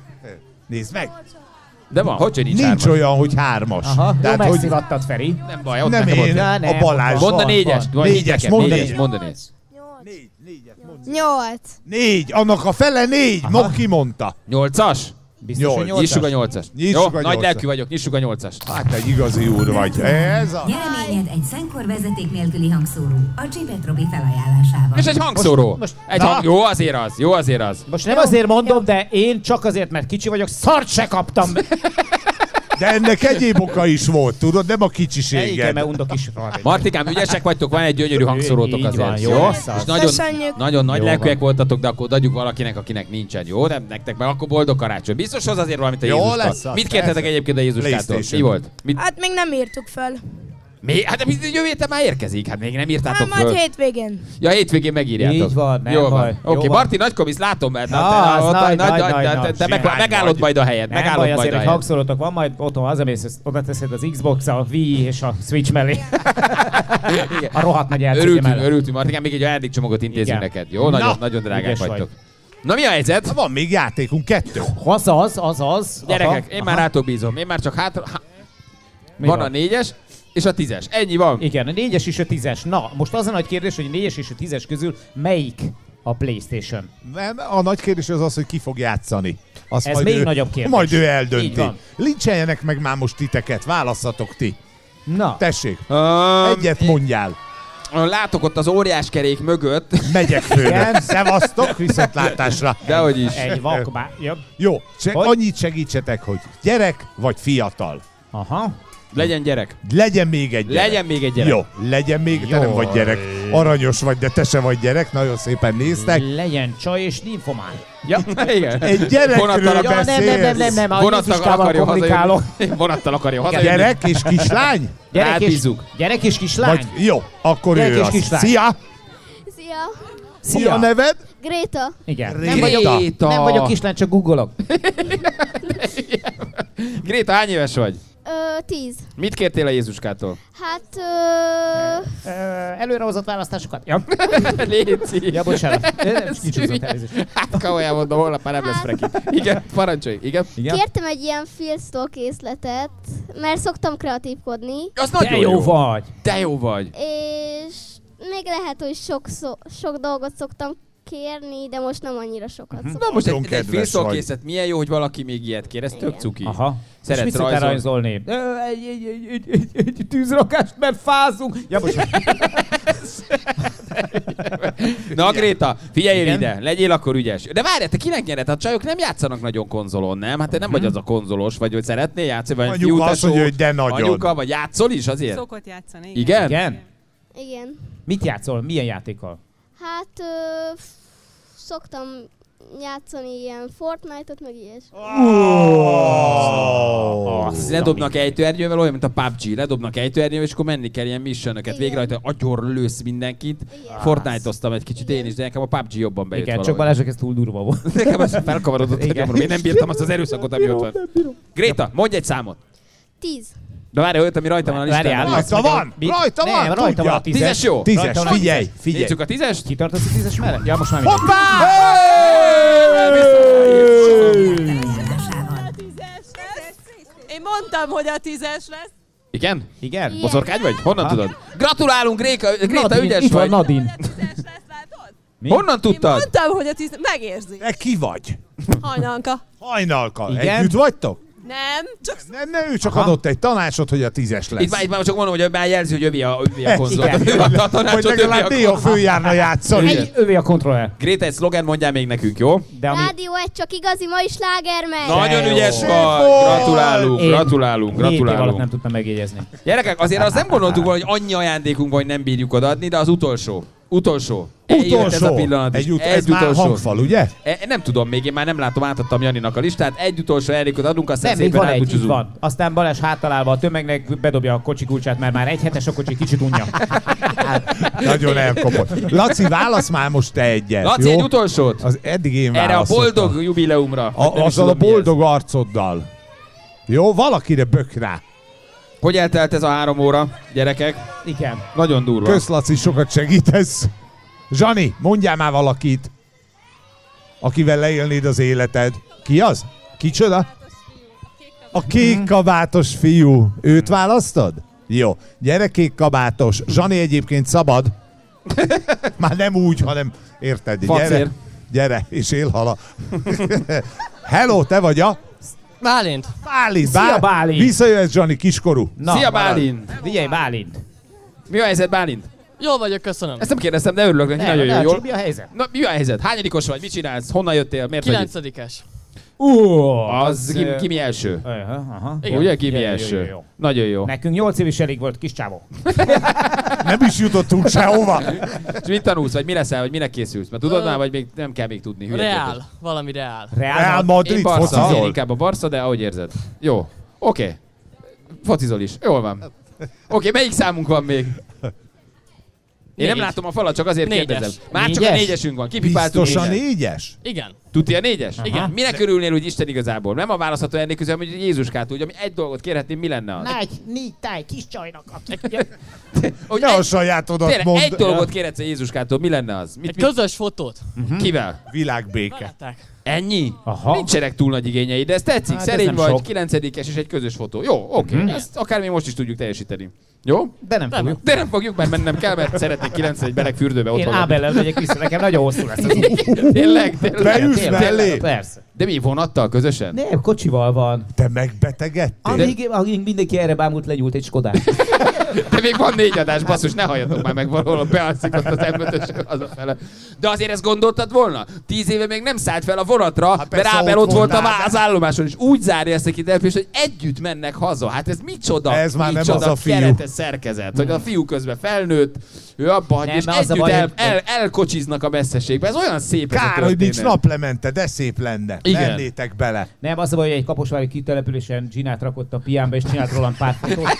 Nézd meg. De van, hogy nincs, Nincs hármas? olyan, hogy hármas. Aha, jó Tehát, hogy megszivattad, Feri. Nem baj, ott nem nekem én, ott. Ja, nem, a Balázs. Mondd a van, négyest. van. Vagy Négyes, nekem, mondd négyes, négyes. mondd a négyes. Négy, négyet, mondd. Nyolc. Négy, annak a fele négy. No, ki mondta? Nyolcas? Biztos, hogy Nyolc. nyolcas? Nyissuk a nyolcast. Nyissuk Jó, a nagy nyolcast. lelkű vagyok, nyissuk a nyolcast. Hát egy igazi úr vagy. Ez a... Nyereményed egy Szenkor vezeték nélküli hangszóró a Csipet Robi felajánlásával. És egy hangszóró. Most- most- Egy Na. hang... Jó, azért az, jó, azért az. Most nem azért mondom, de én csak azért, mert kicsi vagyok, szart se kaptam. De ennek egyéb oka is volt, tudod, nem a Igen, kicsiséged. mert undok is van. Martikám, ügyesek vagytok, van egy gyönyörű hangszórótok Így azért. van, jó jó? lesz az. És nagyon, Köszönjük. nagyon nagy Jó lelkűek van. voltatok, de akkor adjuk valakinek, akinek nincsen, jó? Nem nektek meg, akkor boldog karácsony. Biztos hoz azért valamit a Jó Jézuskától. lesz az, Mit kértetek persze. egyébként a Jézuskától? Mi PlayStation. volt? Mit? Hát még nem írtuk fel. Mi? Hát de jövő héten már érkezik, hát még nem Hát írtátok majd föl. hétvégén. Ja, hétvégén megírjátok. Így van, nem Jó baj. van. Oké, Jó van. Marti Nagykomisz, látom, mert Na, az ott- nagy, nagy- nagy, nagy- nagy, te- nagy. te meg- Simány megállod vagy. majd a helyet, Nem megállod baj, majd azért a egy helyet. hangszórótok van, majd otthon hazamész, ezt oda teszed az Xbox, a Wii és a Switch mellé. Igen. A rohadt nagy elcikje Örültünk, mellett. örültünk, Martikám, még egy ajándékcsomagot intézünk Igen. neked. Jó, nagyon, Na, nagyon drágák ügyes vagytok. Na mi a helyzet? Na, van még játékunk, kettő. Azaz, azaz. Gyerekek, Aha, én aha. már rátok bízom. Én már csak hátra... há- Mi Van van? a négyes és a tízes. Ennyi van. Igen, a négyes és a tízes. Na, most az a nagy kérdés, hogy a négyes és a tízes közül melyik a PlayStation? Nem, a nagy kérdés az az, hogy ki fog játszani. Azt Ez majd még ő, nagyobb kérdés. Majd ő Így eldönti. van. Lincseljenek meg már most titeket, válasszatok ti. Na, Tessék, Um, egyet mondjál. Látok ott az óriás kerék mögött. Megyek főre. Igen. Szevasztok, viszontlátásra. Dehogy is. egy vakbá... Ja. Jó, se, Hogy? annyit segítsetek, hogy gyerek vagy fiatal. Aha. Legyen gyerek. Legyen még egy gyerek. Legyen még egy gyerek. Jó, legyen még, te Jó. nem vagy gyerek. Aranyos vagy, de te se vagy gyerek. Nagyon szépen néztek. Legyen csaj és nymphomán. Ja, igen. Egy gyerekről Vonattal Ja, nem, nem, nem, nem, nem, a Vonattal Jézuskával akarja kommunikálok. hazajönni. Vonattal akarja hazajönni. Gyerek és kislány? Gyerek és, Rábízunk. gyerek és kislány. Vagy, jó, akkor Gyerek ő és az. kislány. Szia! Szia. Mi a neved? Gréta. Igen. Gréta. Nem vagyok, Gréta. nem vagyok kislány, csak googolok. Gréta, hány éves vagy? Ö, tíz. Mit kértél a Jézuskától? Hát... Ö, Ö, Előrehozott választásokat. Ja, Léci. ja bocsánat. Ö, nem, Nincs húzott elnézést. Hát komolyan mondom, holnap már nem lesz freki. Igen, parancsolj. Igen. Igen? kértem egy ilyen filztól készletet, mert szoktam kreatívkodni, Az De nagyon jó jó. vagy. De jó vagy. és még lehet, hogy sok, szó, sok dolgot szoktam kérni, de most nem annyira sokat. Na most Nagyon egy, egy kedves filmszókészet, milyen jó, hogy valaki még ilyet kér, ez tök cuki. Aha. Szeretsz és mit szoktál rajzolni? rajzolni? Ö, Egy, egy, egy, egy, egy, egy tűzrakást, mert fázunk. Ja, bocsánat. Na Gréta, figyelj Igen? ide, legyél akkor ügyes. De várj, te kinek nyered? A csajok nem játszanak nagyon konzolon, nem? Hát te nem vagy az a konzolos, vagy hogy szeretnél játszani, vagy Anyuka azt fiútesó, mondja, hogy de nagyon. anyuka, vagy játszol is azért? Szokott játszani. Igen? Igen? Igen. Mit játszol? Milyen játékkal? Hát ö, f- szoktam játszani ilyen Fortnite-ot, meg ilyes. Oh, ledobnak ejtőernyővel, olyan, mint a pé u bé gé. Ledobnak ejtőernyővel, és akkor menni kell ilyen missionöket. Igen. Végrehajtani, agyor lősz mindenkit. Igen. Fortnite-oztam egy kicsit én is, de nekem a pé u bé gé jobban bejött Igen, csak valahogy. Balázsnak ez túl durva volt. Nekem az felkavarodott a Igen. gyomrom. Én nem bírtam azt az erőszakot, ami ott van. Gréta, mondj egy számot. Tíz. De várj, olyat, ami rajta van a listán. Várjál, Nézzük. azt Rajta mondja, van, mi- rajta nem, van, rajta tudja. van a tízes. Tízes jó. Tízes, Rajta van a figyelj, tízes. figyelj. Nézzük a tízest. Kitartasz a tízes mellett? Ja, most már mindegy. Hoppá! Felajánlásával. Én mondtam, hogy a tízes lesz. Igen? Igen? Igen. Boszorkány vagy? Honnan Ha. tudod? Gratulálunk, Gréka, Gréta, Nadine, ügyes itt van vagy. Nadine. A tízes lesz, Mi? Honnan tudtad? Én mondtam, hogy a tíz... Megérzi. De ki vagy? Hajnalka. Hajnalka. Igen? Együtt vagytok? Nem, csak... Nem, nem, ő csak Aha. adott egy tanácsot, hogy a tízes lesz. Itt már, itt már csak mondom, hogy már jelzi, hogy övé a, övé a konzolt. Igen, Ő adta a tanácsot, hogy legalább néha följárna játszani. Egy, övé a kontroller. Gréta, egy szlogen mondjál még nekünk, jó? De ami... Rádió egy csak igazi mai sláger megy. Nagyon ügyes vagy! Gratulálunk, gratulálunk, gratulálunk. Nem tudtam megjegyezni. Gyerekek, azért azt nem gondoltuk volna, hogy annyi ajándékunk van, hogy nem bírjuk odaadni, de az utolsó. Utolsó. Eljött ez a pillanat is. Egy, ut- egy ez utolsó. már hangfal, ugye? E, nem tudom még, én már nem látom, átadtam Janinak a listát. Egy utolsó ajándékot adunk, aztán nem, még szépen van egy, így elbúcsúzunk. van. Aztán Balázs háttalálva a tömegnek bedobja a kocsi kulcsát, mert már egy hetes a kocsi, kicsit unja. Nagyon elkopott. Laci, válasz már most te egyet. Laci, jó? egy utolsót. Az eddig én Erre a választottam. boldog jubileumra. A, azzal a boldog arcoddal. Jó, valakire bök rá. Hogy eltelt ez a három óra, gyerekek? Igen. Nagyon durva. Kösz, Laci, sokat segítesz. Zsani, mondjál már valakit, akivel leélnéd az életed. Ki az? Kicsoda? A kék kabátos fiú. Őt választod? Jó. Gyere, kék kabátos. Zsani egyébként szabad. Már nem úgy, hanem érted. Facér. Gyere, gyere, és élhala. Hello, te vagy a? Bálint. Bálint. Szia, Bálint. Visszajöhetsz, Zsani, kiskorú. Na, szia, Bálint. Figyelj, Bálint. Mi a helyzet, Bálint? Jól vagyok, köszönöm. Ezt nem kérdeztem, de örülök neki, nagyon jó. Jól. Mi a helyzet? Na, mi a helyzet? Hányadikos vagy? Mit csinálsz? Honnan jöttél? Miért vagy itt? Kilencedikes. Uh, az ki, ki mi első? Aha, aha. Ugye ki mi Jó, első? jó, jó, jó. Nagyon jó. Nekünk nyolc év is elég volt, kis csávó. Nem is jutottunk sehova. És mit tanulsz, vagy mi leszel, vagy minek készülsz? Mert tudod már, vagy még nem kell még tudni? Reál. Valami Reál. Reál, Reál Madrid, Én Barca, én focizol. inkább a Barca, de ahogy érzed. Jó. Oké. Okay. Focizol is. Jól van. Oké, okay, melyik számunk van még? Én Négy. nem látom a falat, csak azért Négyes. kérdezem. Már csak Négyes? a négyesünk van. Kipipáltunk. Biztos a négyet. négyes? Igen. Tudti a négyes? Igen. Minek örülnél úgy Isten igazából? Nem a választható ennél közül, hogy Jézuskát úgy, ami egy dolgot kérhetném, mi lenne az? Nagy, négy táj, kis csajnak. Hogy Ne a egy, sajátodat tényleg, mondd. egy dolgot kérhetsz a Jézuskától, mi lenne az? Mit, Egy mit, közös fotót. kivel? Világbéke. Veletek. Ennyi? Aha. Nincsenek túl nagy igényei, de ez tetszik. Hát ez Szerény nem vagy, sok. kilencedikes és egy közös fotó. Jó, oké. Okay. Ezt akár mi most is tudjuk teljesíteni. Jó? De nem Nem. fogjuk. De nem fogjuk, mert mennem kell, mert szeretnék kilencedik beleg fürdőbe Én otthon. Ábellel megyek vissza, nekem nagyon hosszú lesz az. Tényleg, tényleg. Leülsz Tényleg, mellé? Persze. De mi, vonattal közösen? Nem, kocsival van. Te megbetegedtél? Amíg, amíg mindenki erre bámult, legyúlt egy Skodát. De még van négy adás, basszus, ne halljatok már meg valahol, bealszik ott az em ötösön hazafele. De azért ezt gondoltad volna? Tíz éve még nem szállt fel a vonatra, hát mert Ábel ott volt a voltál, az állomáson, és úgy zárja ezt a kitelpést, hogy együtt mennek haza. Hát ez micsoda, Ez már nem micsoda az a fiú. keretes szerkezet, hogy a fiú közben felnőtt, ő abba hagyja, Nem, és mert az a együtt baj, el, hogy- el, elkocsiznak a messzeségbe. Ez olyan szép ez a Kár, hogy nincs történet. naplemente, de szép lenne. Igen. Mennétek bele. Nem, az a baj, hogy egy kaposvári kitelepülésen Ginát rakott a piámba, és csinált rólam pár fotót.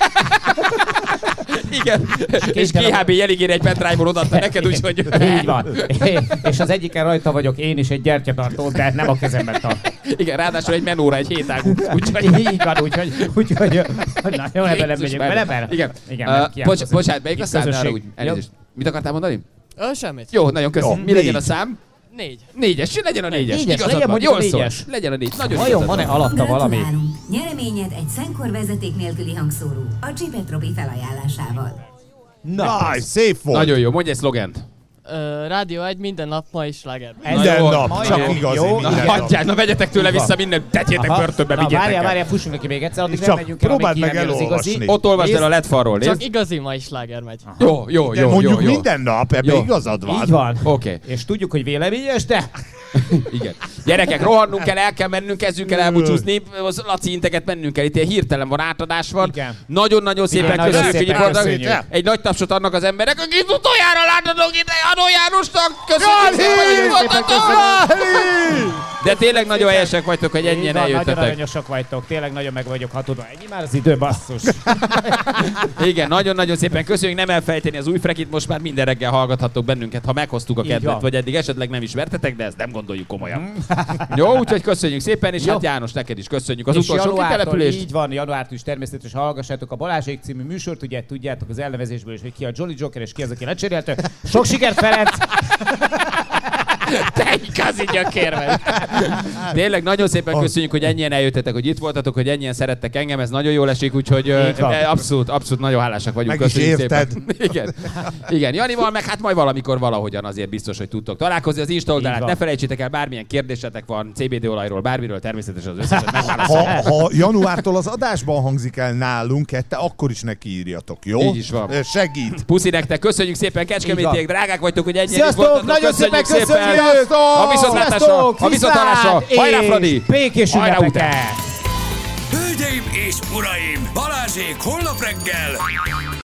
Igen, és gé há bé jeligére egy pendrive-on odaadta neked, úgyhogy... Így van. És az egyiken rajta vagyok én is egy gyertyatartó, de nem a kezemben tart. Igen, ráadásul egy menóra, egy hétágú. Úgyhogy... Így van, úgyhogy, úgyhogy na, jó, ebben nem megyünk bele, mert... Igen. Igen, Uh, mert bocs, kiáltozik. bocsánat, melyik a Itt szám? közösség. Arra úgy, elnézést. Mit akartál mondani? Ö, semmit. Jó, nagyon köszönöm. Jó, Mi legyen négy. a szám? Négy. Négyes, legyen a négyes. Négyes, Igazad legyen van, mondjuk a jól szól. négyes. Legyen a négy. Nagyon Vajon igazad van-e van. alatta valami? Gratulálunk! Nyereményed egy Szenkor vezeték nélküli hangszóró a Csipetrobi felajánlásával. Nice, szép volt. Nagyon jó, mondj egy szlogent. Ö, Rádió egy minden nap mai sláger. Minden jó, nap, majd csak jó, igazi, jó. minden Na, nap. hagyjál, na vegyetek tőle vissza mindent, tetjétek Aha. börtönbe, Na, vigyétek várjál, el. várjál, fussunk neki még egyszer, addig nem Csak megyünk el, amíg próbáld ki meg nem jön az igazi. elolvasni. Ott olvasd el a Nézd. led falról, Csak nézd. igazi mai sláger megy. Jó, jó, De jó, mondjuk jó, jó. minden nap, ebben Jó. igazad van. Így van. Oké. És tudjuk, hogy véleményes, de... Igen. Gyerekek, rohannunk kell, el kell mennünk, kezdjünk el elbúcsúzni. Az Laci integet mennünk kell, itt ilyen hirtelen van átadás van. Igen. Nagyon-nagyon szépen Igen, nagyon köszönjük, hogy szépen itt voltak. köszönjük. Egy nagy tapsot adnak az emberek, akik utoljára láthatók ide, Adó Jánosnak. Köszönjük szépen, hogy itt voltatok. De tényleg nagyon helyesek vagytok, hogy Így ennyien van, nagyon eljöttetek. aranyosak vagytok, tényleg nagyon meg vagyok hatodva. Ennyi már az idő, basszus. Igen, nagyon-nagyon szépen köszönjük, nem elfejteni az új frekit, most már minden reggel hallgathattok bennünket, ha meghoztuk a Így kedvet, van. vagy eddig esetleg nem ismertetek, de ezt nem gondoljuk komolyan. Jó, úgyhogy köszönjük szépen, és Jó. hát János, neked is köszönjük az És utolsó januártól kitelepülést. így van, januártól is természetesen hallgassátok a Balázsék című műsort, ugye tudjátok az elnevezésből is, hogy ki a Jolly Joker és ki az, aki lecserélte. Sok sikert, Ferenc! Te igazi gyökér vagy. Tényleg nagyon szépen köszönjük, hogy ennyien eljöttetek, hogy itt voltatok, hogy ennyien szerettek engem, ez nagyon jól esik, úgyhogy ö, abszolút, abszolút nagyon hálásak vagyunk. Meg is köszönjük érted. szépen. Igen. Igen, Janival, meg hát majd valamikor valahogyan azért biztos, hogy tudtok találkozni. Az Insta oldalát ne felejtsétek el, bármilyen kérdésetek van, cé bé dé olajról, bármiről, természetesen az összeset megválaszoljuk. Ha, ha januártól az adásban hangzik el nálunk kette, akkor is neki írjatok, jó? Így is van. Segít. Puszi nektek, köszönjük szépen, Kecskemétiek, drágák vagytok, hogy ennyien Sziasztok, itt voltatok. nagyon szépen köszönjük! A viszontlátásra, a viszontlátásra, hajrá Fradi! Békés ünnepeket! Hölgyeim és uraim, Balázsék holnap reggel